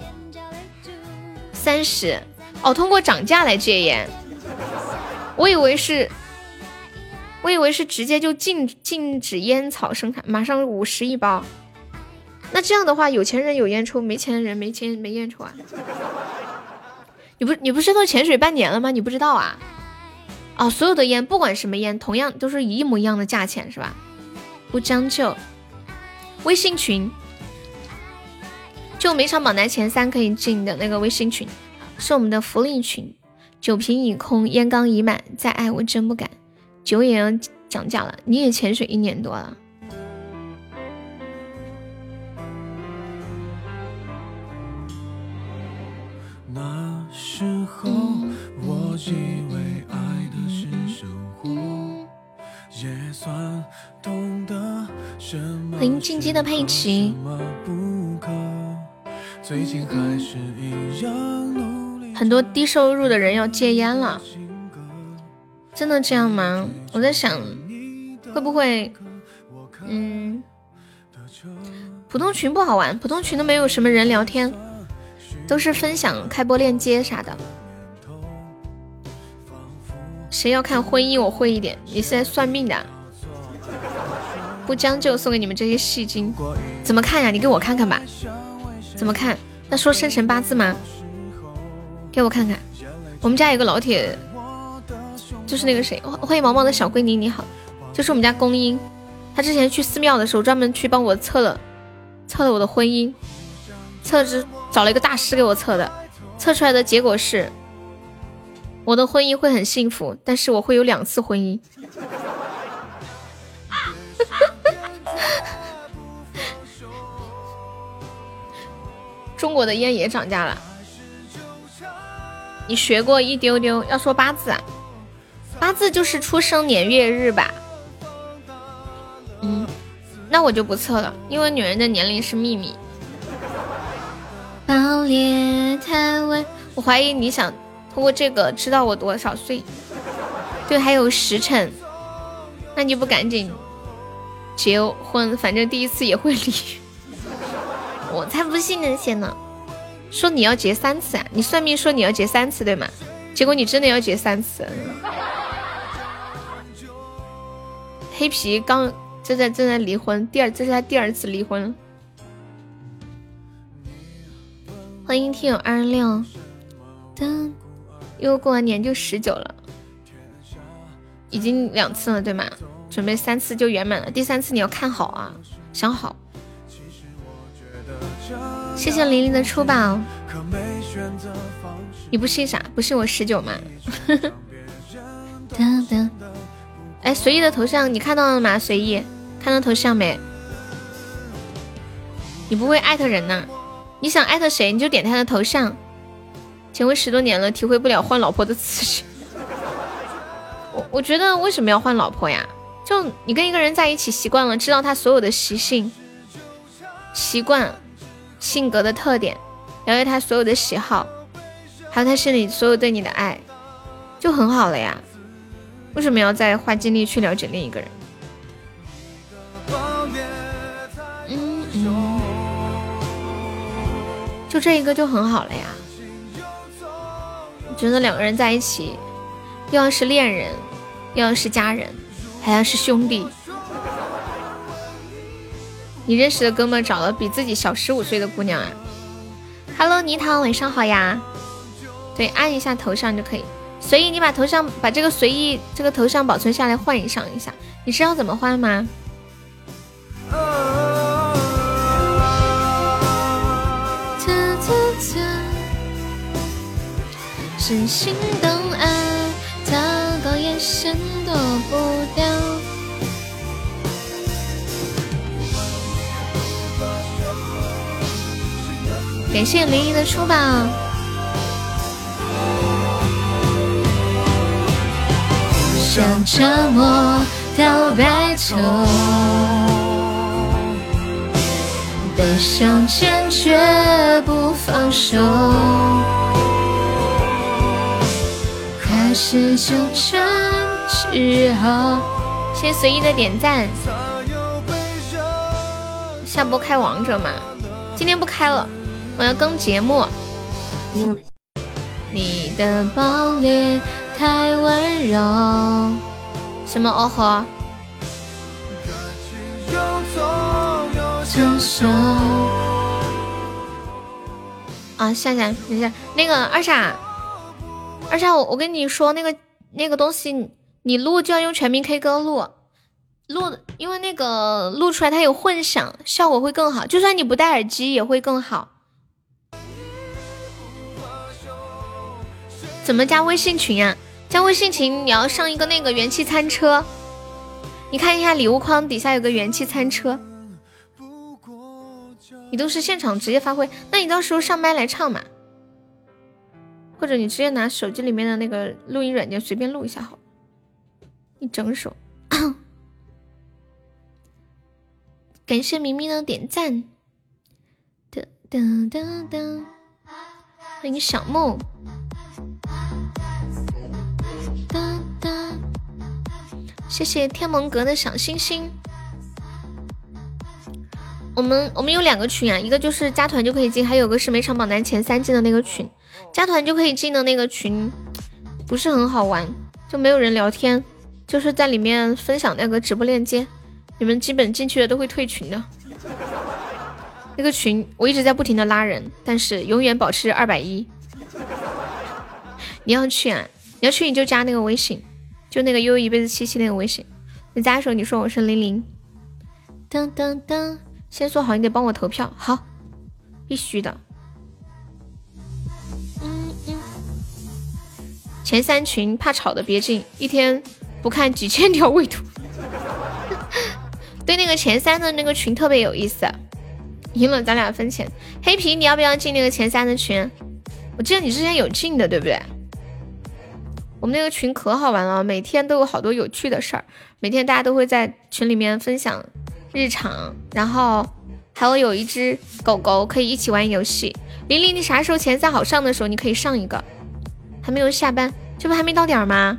？30。哦，通过涨价来戒烟。我以为是直接就禁止烟草生产，马上50亿包。那这样的话，有钱人有烟抽，没钱人没烟抽啊？你不是都潜水半年了吗？你不知道啊？哦，所有的烟不管什么烟，同样都是一模一样的价钱是吧？不将就。微信群，就每场榜单前3可以进的那个微信群，是我们的福利群。酒瓶已空，烟缸已满，再爱我真不敢。酒也要涨价了，你也潜水1年多了。 那时候我以为爱的是生活，也算懂得什么欢迎进击的佩奇。 最近还是一样努力。 很多低收入的人要戒烟了，真的这样吗？我在想会不会普通群不好玩，普通群都没有什么人聊天，都是分享开播链接啥的。谁要看婚姻我会一点，你是在算命的？不将就送给你们这些戏精。怎么看呀？你给我看看吧。怎么看？那说生辰八字吗？给我看看。我们家有个老铁，就是那个谁，欢迎毛毛的小闺女你好，就是我们家公英，他之前去寺庙的时候专门去帮我测了我的婚姻，找了一个大师给我测的，测出来的结果是我的婚姻会很幸福，但是我会有2次婚姻。中国的烟也涨价了，你学过一丢丢？要说八字啊，八字就是出生年月日吧。那我就不测了，因为女人的年龄是秘密。爆裂太晚，我怀疑你想通过这个知道我多少岁。对，还有时辰，那你不赶紧结婚，反正第1次也会离。我才不信那些呢，说你要结3次啊，你算命说你要结3次对吗？结果你真的要结3次。黑皮刚正在离婚，这是他第2次离婚。欢迎听友26，又过完年就19了，已经2次了对吗？准备3次就圆满了，第3次你要看好啊，想好。谢谢玲玲的出宝。你不信啥？不信我19吗？哎，随意的头像你看到了吗？随意看到头像没？你不会艾特人呢？你想艾特谁你就点他的头像。结婚10多年了，体会不了换老婆的刺激。我觉得为什么要换老婆呀？就你跟一个人在一起习惯了，知道他所有的习性、习惯、性格的特点，了解他所有的喜好，还有他心里所有对你的爱，就很好了呀。为什么要再花精力去了解另一个人？就这一个就很好了呀。我觉得2个人在一起，又要是恋人，又要是家人，还要是兄弟。你认识的哥们找了比自己小15岁的姑娘啊 ？Hello， 泥塘，晚上好呀。对，按一下头像就可以。随意，你把头像把这个随意这个头像保存下来，换上一下。你知道怎么换吗？ 是心动爱，他高眼神躲不掉。感谢林一的出宝。想折磨到白头，悲伤坚决不放手，开始纠缠之后。谢谢随意的点赞。下播开王者嘛？今天不开了，我要更节目。你的暴烈太温柔。什么哦呵？啊，夏夏，等一下，那个二傻，我跟你说，那个东西，你录就要用全民 K 歌录，因为那个录出来它有混响，效果会更好，就算你不戴耳机也会更好。怎么加微信群啊？加微信群你要上一个那个元气餐车，你看一下礼物框底下有个元气餐车。你都是现场直接发挥，那你到时候上麦来唱嘛，或者你直接拿手机里面的那个录音软件随便录一下好，一整首。感谢明明的点赞，噔噔噔噔，欢迎小木。谢谢天蒙阁的小星星。我们有2个群啊，一个就是加团就可以进，还有个是每场榜单前3进的那个群。加团就可以进的那个群不是很好玩，就没有人聊天，就是在里面分享那个直播链接，你们基本进去的都会退群的。那个群我一直在不停的拉人，但是永远保持210。你要去啊？你要去你就加那个微信，就那个悠悠一辈子77那个微信，你加的时候你说我是00。噔噔噔，先说好你得帮我投票，好，必须的。前3群怕吵的别进，一天不看几千条未读。对，那个前3的那个群特别有意思，赢了咱俩分钱。黑皮你要不要进那个前3的群？我记得你之前有进的对不对？我们那个群可好玩了，每天都有好多有趣的事儿，每天大家都会在群里面分享日常，然后还有一只狗狗可以一起玩游戏。玲玲，你啥时候前3好上的时候你可以上一个，还没有下班，这不还没到点吗？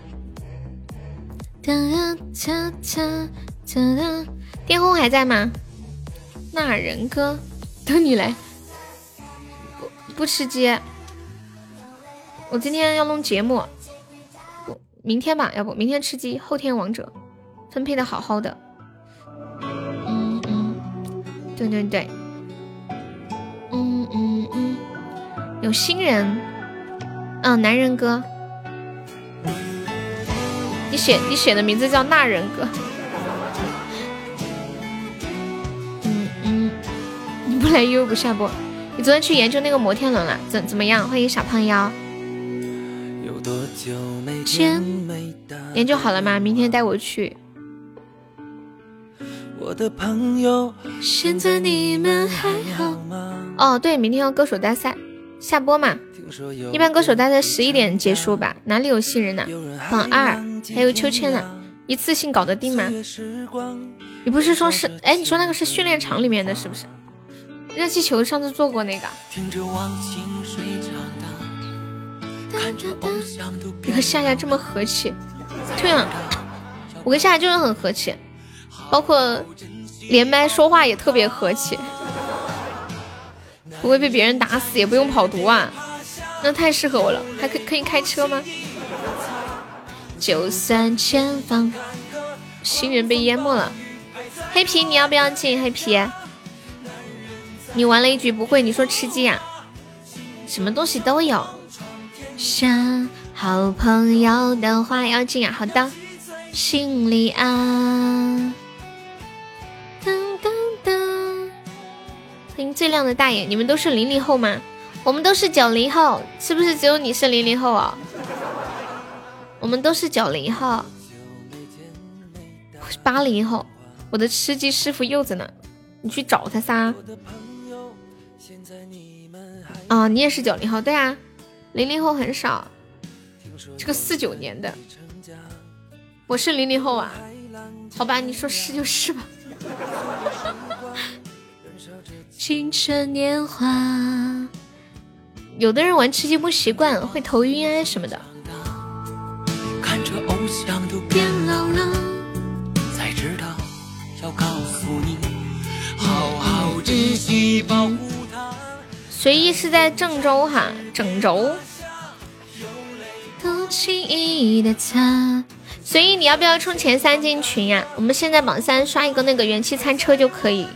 巅峰还在吗？那人哥等你来，不吃鸡，我今天要弄节目，明天吧，要不明天吃鸡，后天王者，分配的好好的。对对对，有新人，男人哥，你写的名字叫那人哥，你不来又不下播，你昨天去研究那个摩天轮了，怎么样？欢迎小胖腰。研究好了吗？明天带我去。我的朋友，现在你们还好吗？哦，对，明天要歌手大赛，下播嘛。一般歌手大赛11点结束吧？哪里有新人呢？榜2还有秋千呢，一次性搞得定吗？你不是说是？哎，你说那个是训练场里面的，是不是？热气球上次做过那个。你和夏夏这么和气，对啊，我跟夏夏就是很和气，包括连麦说话也特别和气，不会被别人打死，也不用跑毒啊，那太适合我了。还可以开车吗？就算前方新人被淹没了。黑皮你要不要进？黑皮你玩了一局不会，你说吃鸡呀？什么东西都有。像好朋友的话要进啊，好的，心里啊。噔噔噔，欢迎最亮的大爷，你们都是00后吗？ 我们都是90后，是不是只有你是00后啊？我们都是90后，我是80后。我的吃鸡师傅柚子呢？你去找他仨。啊，你也是90后，对啊，00后很少。这个49年的，我是00后啊。好吧，你说是就是吧。青春年华，有的人玩吃鸡不习惯，会头晕啊什么的。看着偶像都变老了，才知道要告诉你，好好珍惜保护它。随意是在郑州哈，郑州。多轻易的他，随意你要不要冲前3进群呀？我们现在榜3刷一个那个元气餐车就可以。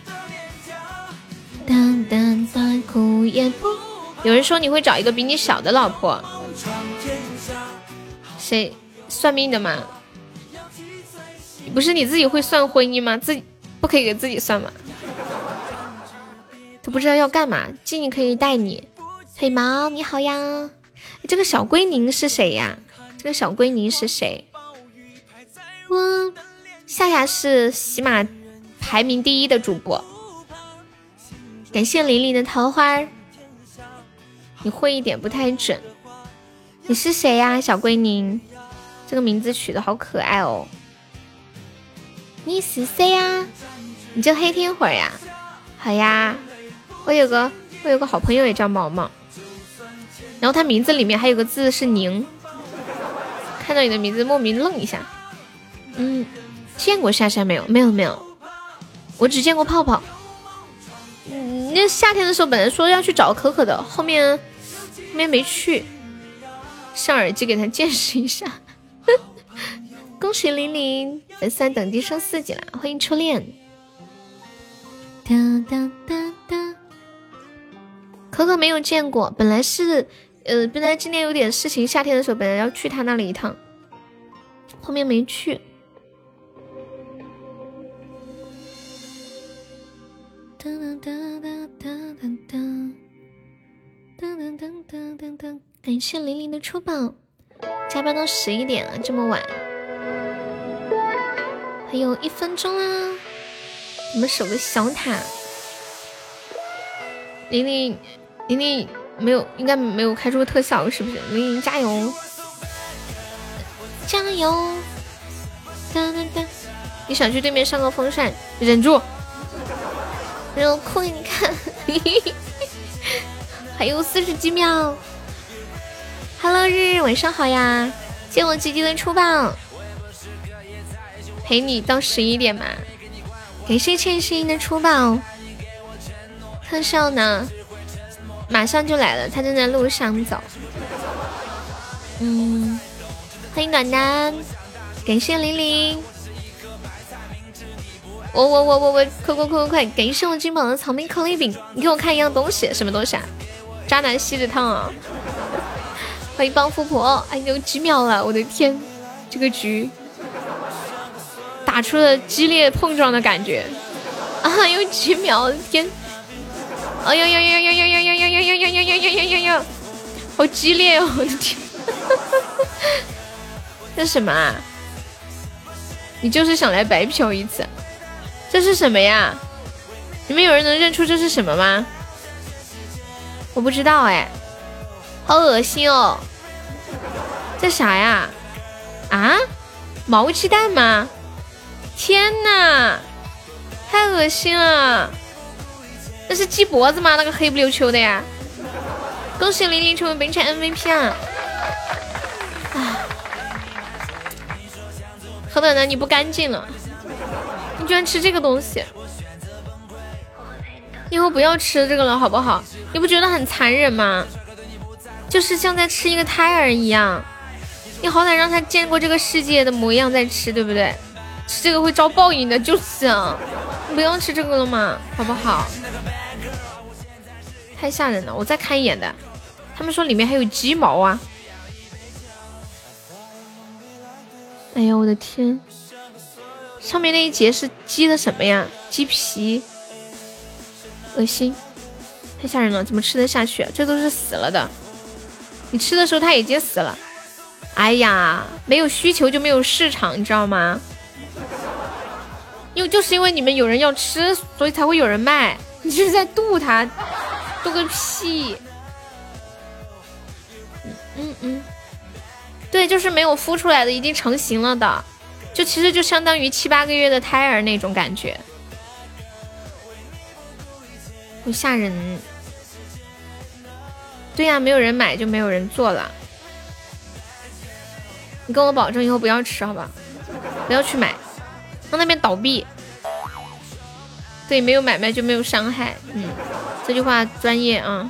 淡淡在哭也不。有人说你会找一个比你小的老婆，谁算命的吗？不是你自己会算婚姻吗？自己不可以给自己算吗？都不知道要干嘛，静静可以带你。黑猫你好呀，这个小龟宁是谁呀？这个小龟宁是谁？夏夏是喜马排名第1的主播。感谢玲玲的桃花，你会一点不太准。你是谁呀，小龟宁？这个名字取得好可爱哦。你是谁呀？你叫黑天会呀？好呀，我有个好朋友也叫毛毛，然后他名字里面还有个字是宁。看到你的名字莫名愣一下。见过夏夏没有？没有，我只见过泡泡。那夏天的时候本来说要去找可可的，后面没去，上耳机给他见识一下。恭喜玲玲粉丝等级升4级了，欢迎初恋。哒哒哒哒，可可没有见过，本来是本来今天有点事情，夏天的时候本来要去他那里一趟，后面没去。感谢玲玲的出宝，加班到11点了，这么晚，还有1分钟啦，我们守个小塔。玲玲没有，应该没有开出特效，是不是？玲玲加油，加油！你想去对面上个风扇，忍住。然后哭给你看。还有40几秒。Hello 日，晚上好呀！谢我吉吉的出宝，陪你到11点嘛。感谢千心的出宝，特效呢？马上就来了，他正在路上走。欢迎暖男，感谢玲玲。我快！感谢我金宝的草莓可丽饼，你给我看一样东西，什么东西啊？渣男锡纸烫啊！欢迎帮富婆，哎，有几秒了，我的天，这个局打出了激烈碰撞的感觉啊！有几秒，我的天！哎呀！好激烈哦，我的天！这是什么啊？你就是想来白嫖一次？这是什么呀？你们有人能认出这是什么吗？我不知道哎，好恶心哦！这啥呀？啊？毛鸡蛋吗？天哪，太恶心了！那是鸡脖子吗？那个黑不溜秋的呀！恭喜玲玲成为本场 MVP 啊！何暖男，你不干净了，你居然吃这个东西！以后不要吃这个了好不好？你不觉得很残忍吗？就是像在吃一个胎儿一样，你好歹让他见过这个世界的模样再吃，对不对？吃这个会遭报应的，就是啊！你不要吃这个了嘛，好不好？太吓人了，我再看一眼的。他们说里面还有鸡毛啊！哎呀，我的天！上面那一节是鸡的什么呀？鸡皮，恶心！ 太吓人了，怎么吃得下去？这都是死了的，你吃的时候它已经死了。哎呀，没有需求就没有市场，你知道吗？就是因为你们有人要吃，所以才会有人卖。你这是在渡它，渡个屁！对，就是没有孵出来的，已经成型了的，就其实就相当于7、8个月的胎儿那种感觉，会吓人。对呀，没有人买就没有人做了。你跟我保证以后不要吃，好吧？不要去买，让那边倒闭。对，没有买卖就没有伤害。这句话专业啊。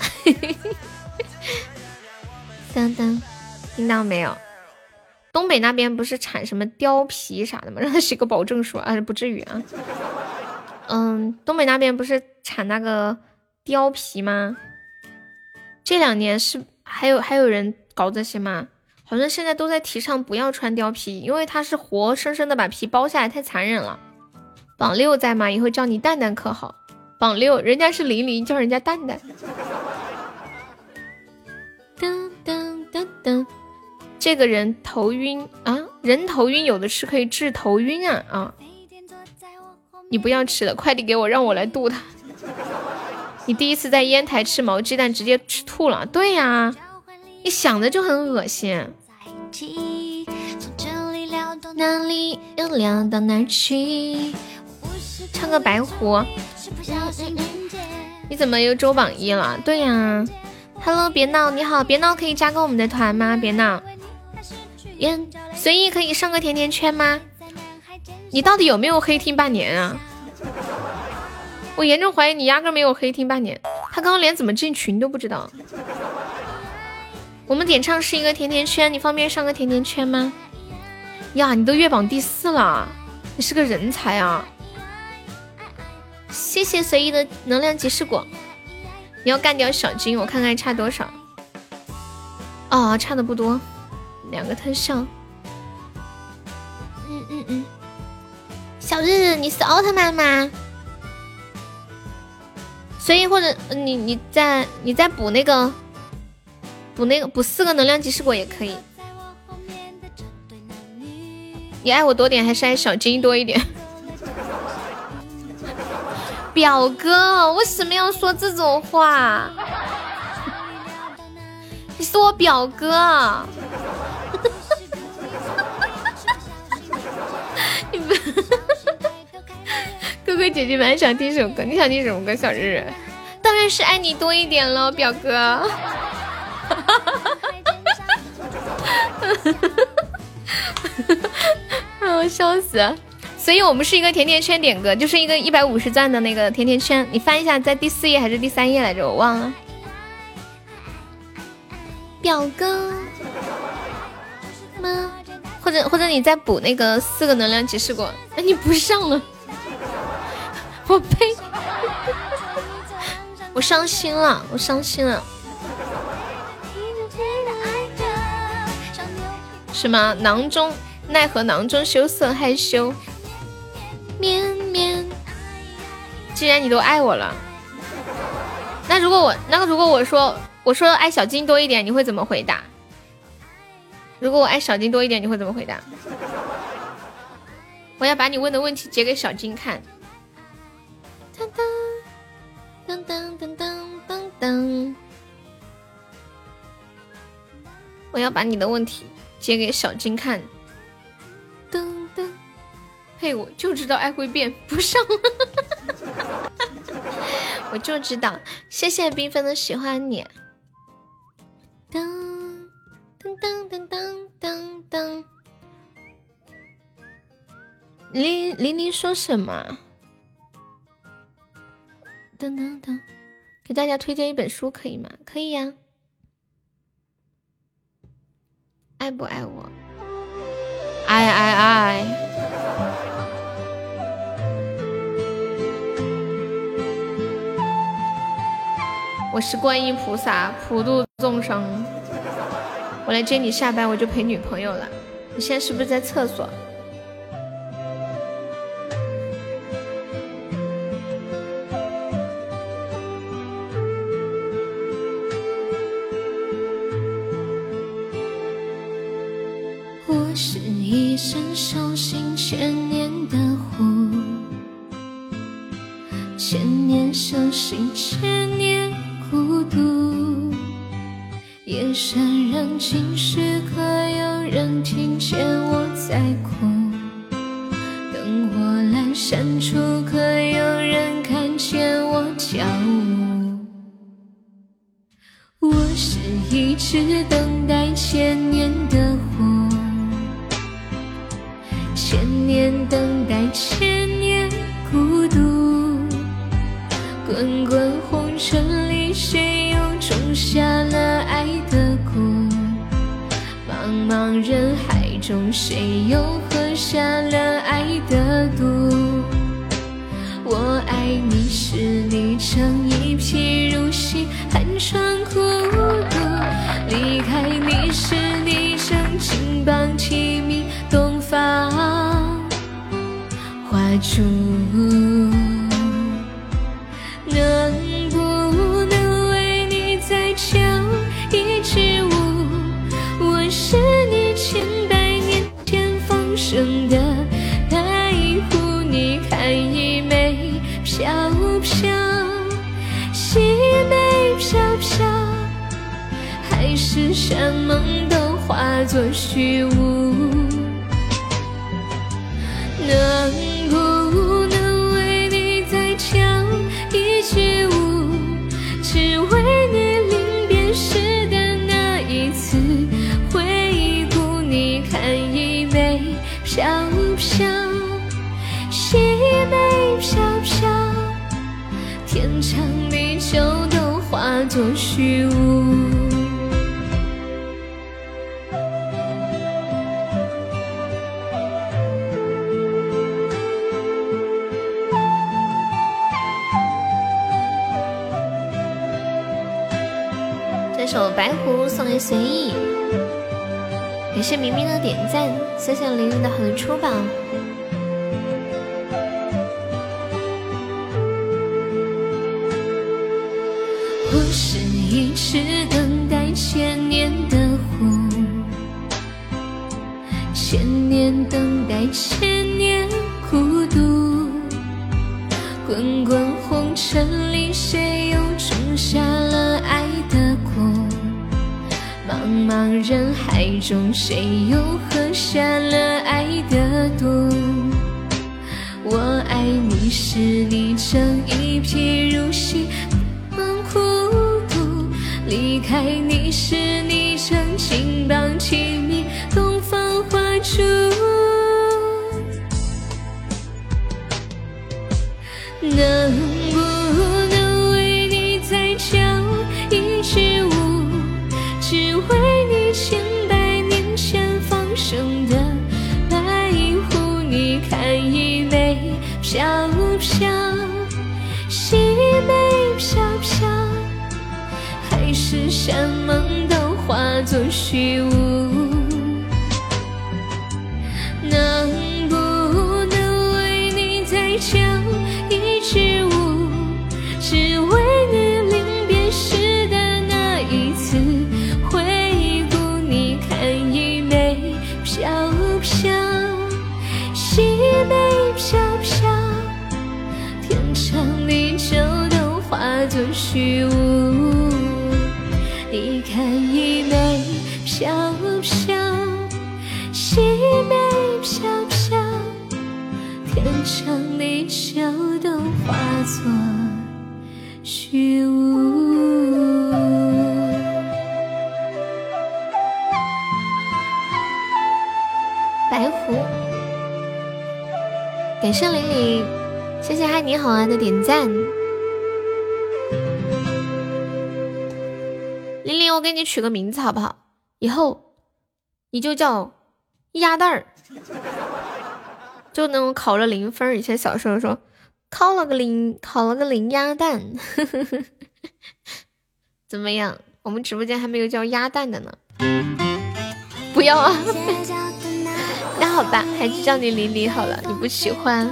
当当，听到没有？东北那边不是产什么貂皮啥的吗？让他写个保证书啊，不至于啊。东北那边不是产那个貂皮吗？这2年是还有人搞这些吗？好像现在都在提倡不要穿貂皮，因为它是活生生的把皮剥下来，太残忍了。榜6在吗？以后叫你蛋蛋可好？榜6，人家是00，叫人家蛋蛋。噔噔噔噔，这个人头晕啊！人头晕有的吃可以治头晕啊！你不要吃了，快点给我，让我来渡他。你第一次在烟台吃毛鸡蛋，直接吃吐了。对呀，你想着就很恶心。哪里又聊到哪去？唱个白狐。你怎么又周榜1了？对呀。Hello， 别闹，你好，别闹，可以加个我们的团吗？别闹。随意可以上个甜甜圈吗？你到底有没有黑听半年啊？我严重怀疑你压根没有黑听半年。他刚刚连怎么进群都不知道。我们点唱是一个甜甜圈，你方便上个甜甜圈吗？呀，你都月榜第4了，你是个人才啊！谢谢随意的能量即视果。你要干掉小金，我看看差多少。哦，差的不多，2个特效。小日日，你是奥特曼吗？所以或者你再补那个补4个能量即视果也可以。你爱我多点还是爱小金多一点？表哥，为什么要说这种话？你是我表哥。你不哥哥姐姐们想听什么歌？你想听什么歌？小日日当然是爱你多一点了，表哥。我笑死。所以我们是一个甜甜圈点歌，就是一个150钻的那个甜甜圈。你翻一下，在第4页还是第3页来着，我忘了。表哥吗？或者你再补那个4个能量即视果。哎，你不上了，我呸！我伤心了，我伤心了。什么囊中奈何囊中羞涩害羞。绵绵，既然你都爱我了，那如果我说爱小金多一点，你会怎么回答？如果我爱小金多一点，你会怎么回答？我要把你问的问题截给小金看。当当当当当当当，我要把你的问题截给小金看。噔噔。嘿，我就知道爱会变，不上了。我就知道，谢谢缤纷的喜欢你。噔噔噔噔噔噔噔。琳琳说什么？噔噔噔，给大家推荐一本书可以吗？可以呀。爱不爱我？爱爱爱。我是观音菩萨，普度众生。我来接你下班，我就陪女朋友了。你现在是不是在厕所？ 深手心千年的湖，千年手心千年孤独。夜深人静时，可有人听见我在哭？灯火阑珊处，可有人看见我跳舞？我是一直等待千年的湖，千年等待千年孤独。滚滚红尘里，谁又种下了爱的蛊？茫茫人海中，谁又喝下了爱的毒？我爱你时，你正一贫如洗，寒窗孤独；离开你时，你正金榜题名，东方花烛。能不能为你再跳一支舞？我是你千百年前放生的白狐，你看一眉飘飘，细眉飘飘，海誓山盟都化作虚无。能不能为你再跳一支舞？只为你临别时的那一次回顾，你看一眉飘飘，细眉飘飘，天长地久都化作虚无。 这首《白狐》送给随意，感谢明明的点赞，谢谢玲玲的很出宝。 我是一直等待千年的湖，千年等待千年孤独。滚滚红尘里，谁又种下了爱的蛊？茫茫人海中，谁又喝下了爱的毒？我爱你时，你正一贫如洗，孤独；离开你时，你正金榜题名，东方花烛。能不能为你再跳一支舞？只为你千百年前放生的白狐，你看一眉飘飘，细眉飘飘，海誓山盟都化作虚无。能不能为你再跳一支舞？只为你临别时的那一次回顾，你看一眉飘飘，细眉飘飘，天长地久都化作虚无。你看一眉飘飘，细眉飘飘，天长地久都化作虚无。 白狐，感谢玲玲，谢谢嗨你好啊的点赞。玲玲，我给你取个名字好不好？以后你就叫鸭蛋儿，就那种考了0分。以前小时候说考了个零鸭蛋，怎么样？我们直播间还没有叫鸭蛋的呢。不要啊！那好吧，还是叫你玲玲好了，你不喜欢。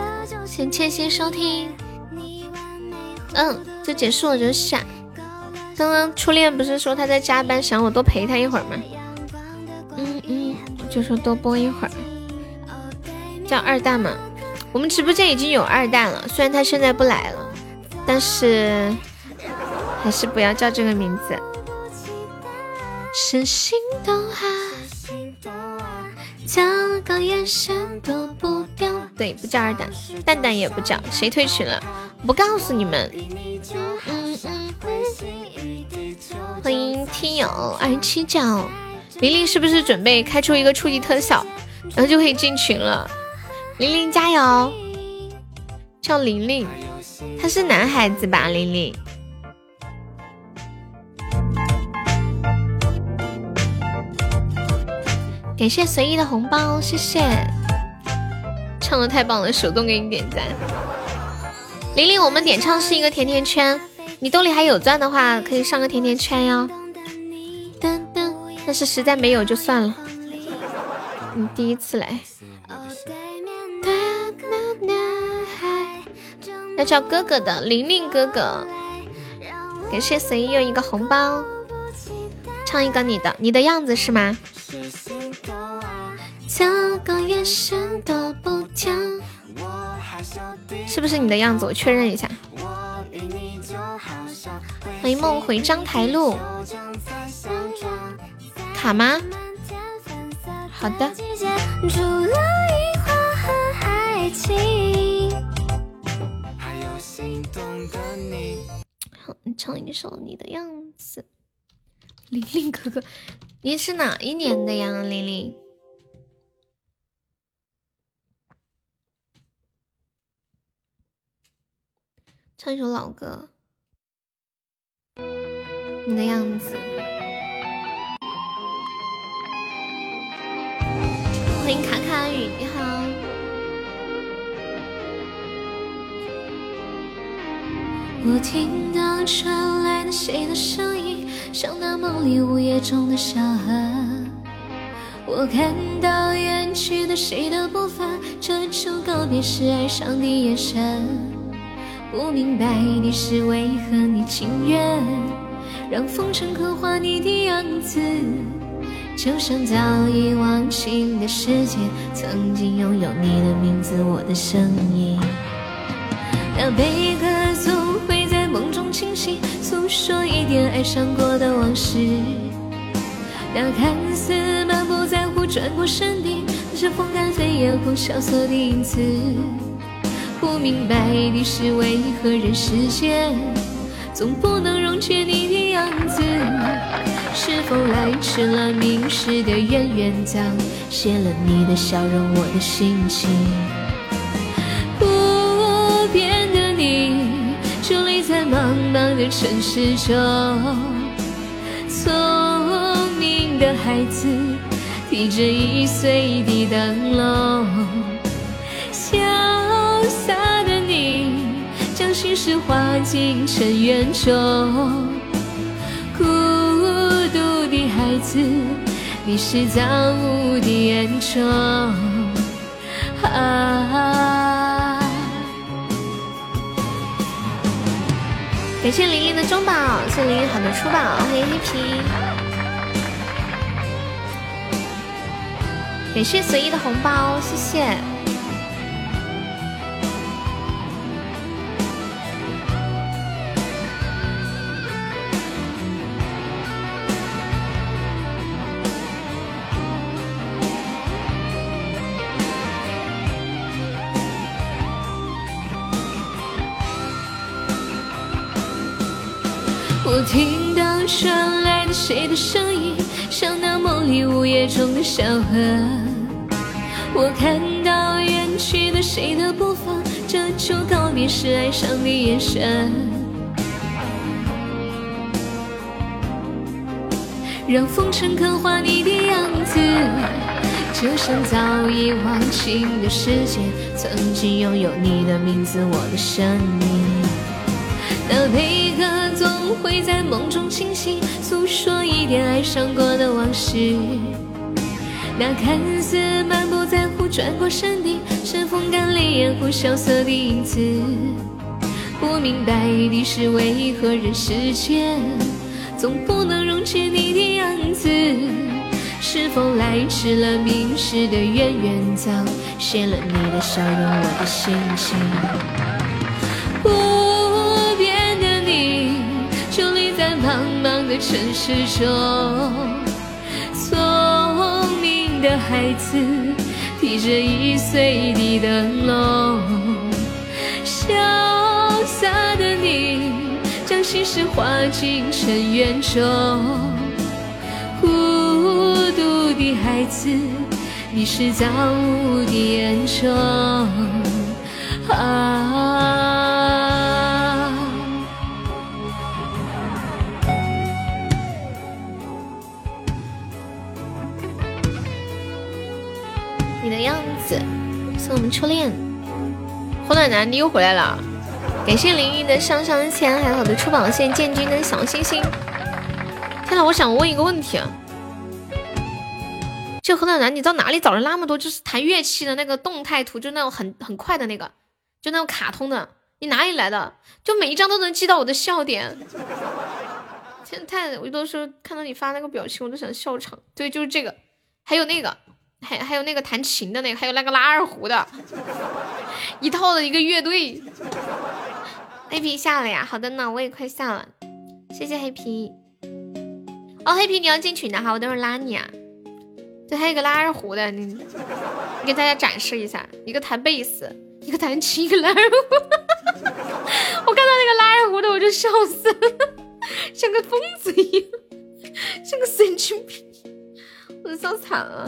请千心收听。就结束了就下。 刚刚初恋不是说他在加班，想我多陪他一会儿吗？就说多播一会儿。叫二蛋嘛，我们直播间已经有二蛋了，虽然他现在不来了，但是还是不要叫这个名字。是心动啊，叫个眼神躲不掉。对，不叫二蛋，蛋蛋也不叫，谁退群了？不告诉你们。欢迎听友279，玲玲是不是准备开出一个初级特效，然后就可以进群了？玲玲加油！叫玲玲，他是男孩子吧？玲玲。感谢随意的红包，谢谢。唱的太棒了，手动给你点赞。玲玲，我们点唱是一个甜甜圈，你兜里还有钻的话，可以上个甜甜圈哟。但是实在没有就算了。你第一次来，要叫哥哥的玲玲哥哥。感谢随意又一个红包，唱一个你的样子是吗？这个眼神都不跳，是不是你的样子？我确认一下。欢迎梦回章台路，卡吗？好的。好，你唱一首你的样子。玲玲哥哥，你是哪一年的呀？玲玲。唱一首老歌，你的样子。欢迎卡卡雨，你好。我听到传来的谁的声音，像那梦里午夜中的小河。我看到远去的谁的步伐，这种告别是哀伤的眼神。不明白的是为何你情愿让风尘刻画你的样子，就像早已忘情的世界曾经拥有你的名字，我的声音。那悲歌总会在梦中清醒，诉说一点爱上过的往事。那看似满不在乎转过身的，是风干飞夜后萧瑟的影子。不明白的是为何人世间总不能溶解你的样子，是否来迟了明示的远远早谢了你的笑容，我的心情。不变的你伫立在茫茫的城市中，聪明的孩子提着易碎的灯笼，潇洒的你将心事化进尘缘中，孤独的孩子你是造物的眼中感谢玲玲的中宝，谢谢玲玲好的出宝，欢迎黑皮，感谢随意的红包，谢谢。我听到传来的谁的声音，像那梦里午夜中的小河。我看到远去的谁的步伐，这就告别是哀伤的眼神。让风尘刻画你的样子，就像早已忘情的世界曾经拥有你的名字，我的生命。那悲歌总会在梦中清醒，诉说一点爱上过的往事。那看似满不在乎转过身的，是风干泪眼后萧瑟的影子。不明白的是为何人世间总不能溶解你的样子。是否来迟了明示的远远早谢了你的笑容，我的心情。不变的你伫立在茫茫的城市中，聪明的孩子披着易碎的灯笼，潇洒的你将心事化进尘缘中。孤独的孩子，你是造物的恩宠啊！ 你的样子是我们初恋。火暖男，你又回来了，感谢林毅的上上签，还有我的出宝线建军的小星星。天哪，我想问一个问题啊，这河南男你到哪里找了那么多就是弹乐器的那个动态图，就那种很快的那个，就那种卡通的，你哪里来的？就每一张都能记到我的笑点。现在我都是看到你发那个表情我都想笑场。对，就是这个，还有那个还有那个弹琴的那个，还有那个拉二胡的，一套的一个乐队。黑皮下了呀？好的呢，我也快下了，谢谢黑皮。哦，黑皮你要进群的哈，我等会儿拉你啊。对，还有一个拉二胡的，你给大家展示一下，一个弹贝斯，一个弹琴，一个拉二胡。我看到那个拉二胡的我就笑死了，像个疯子一样，像个神经病，我都笑惨了。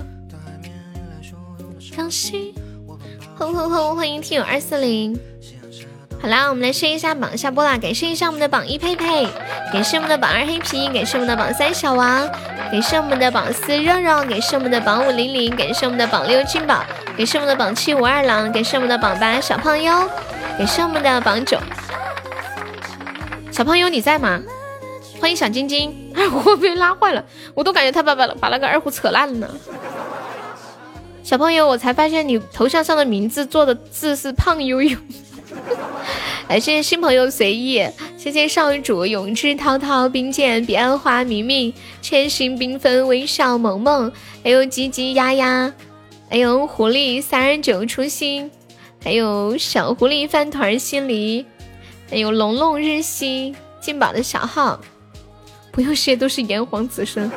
张希，欢迎听友240。好啦，我们来试一下榜下播啦！感谢一下我们的榜1佩佩，感谢我们的榜2黑皮，感谢我们的榜3小王，感谢我们的榜4肉肉，感谢我们的榜5玲玲，感谢我们的榜6金宝，感谢我们的榜7武二郎，感谢我们的榜8小胖优，感谢我们的榜9小胖优，你在吗？欢迎小晶晶。二胡被拉坏了，我都感觉他把那个二胡扯烂了呢。小胖优，我才发现你头像上的名字做的字是胖悠悠。来，谢谢新朋友随意，谢谢少主永志涛涛冰剑彼岸花明明千行缤纷微笑萌萌，还有吉吉丫丫，还有狐狸329初心，还有小狐狸饭团心梨，还有龙龙日夕金宝的小号，不用谢，都是炎黄子孙。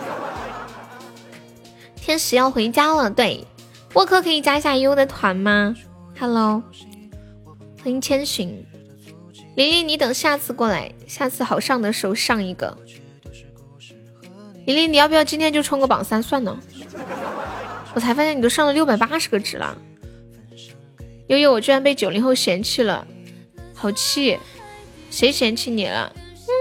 天使要回家了，对，沃克可以加一下优的团吗 ？Hello。欢迎千寻，琳琳，你等下次过来，下次好上的时候上一个。琳琳，你要不要今天就冲个榜3算了？我才发现你都上了680个值了。悠悠，我居然被90后嫌弃了，好气！谁嫌弃你了？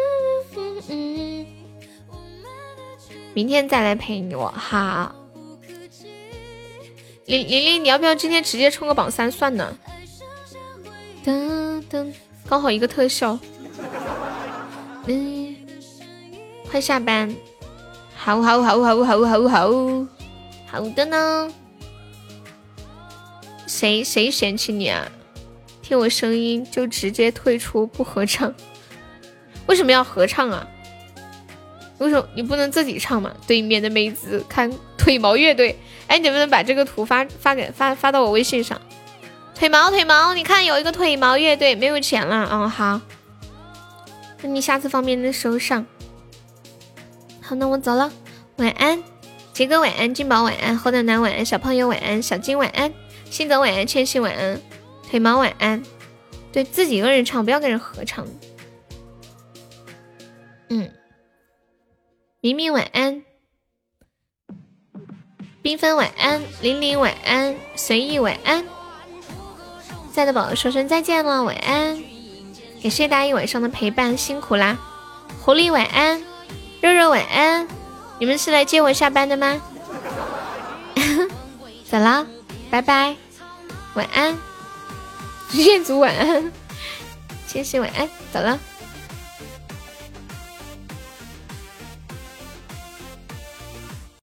明天再来陪你我好。琳琳，你要不要今天直接冲个榜3算呢？噔噔，刚好一个特效。快下班。好的呢。谁嫌弃你啊？听我声音就直接退出不合唱。为什么要合唱啊？为什么你不能自己唱嘛？对面的妹子看腿毛乐队。哎，你能不能把这个图发到我微信上？腿毛，你看有一个腿毛乐队，没有钱了。哦，好，那你下次方便的时候上。好，那我走了，晚安，杰哥晚安，金宝晚安，侯奶奶晚安，小胖友晚安，小金晚安，新泽晚安，千玺晚安，腿毛晚安。对，自己一个人唱，不要跟人合唱。明明晚安，缤纷晚安，玲玲晚安，随意晚安。在的宝宝说声再见了，晚安！感谢大家一晚上的陪伴，辛苦啦！狐狸晚安，肉肉晚安，你们是来接我下班的吗？走了，拜拜，晚安！彦祖晚安，千玺晚安，走了。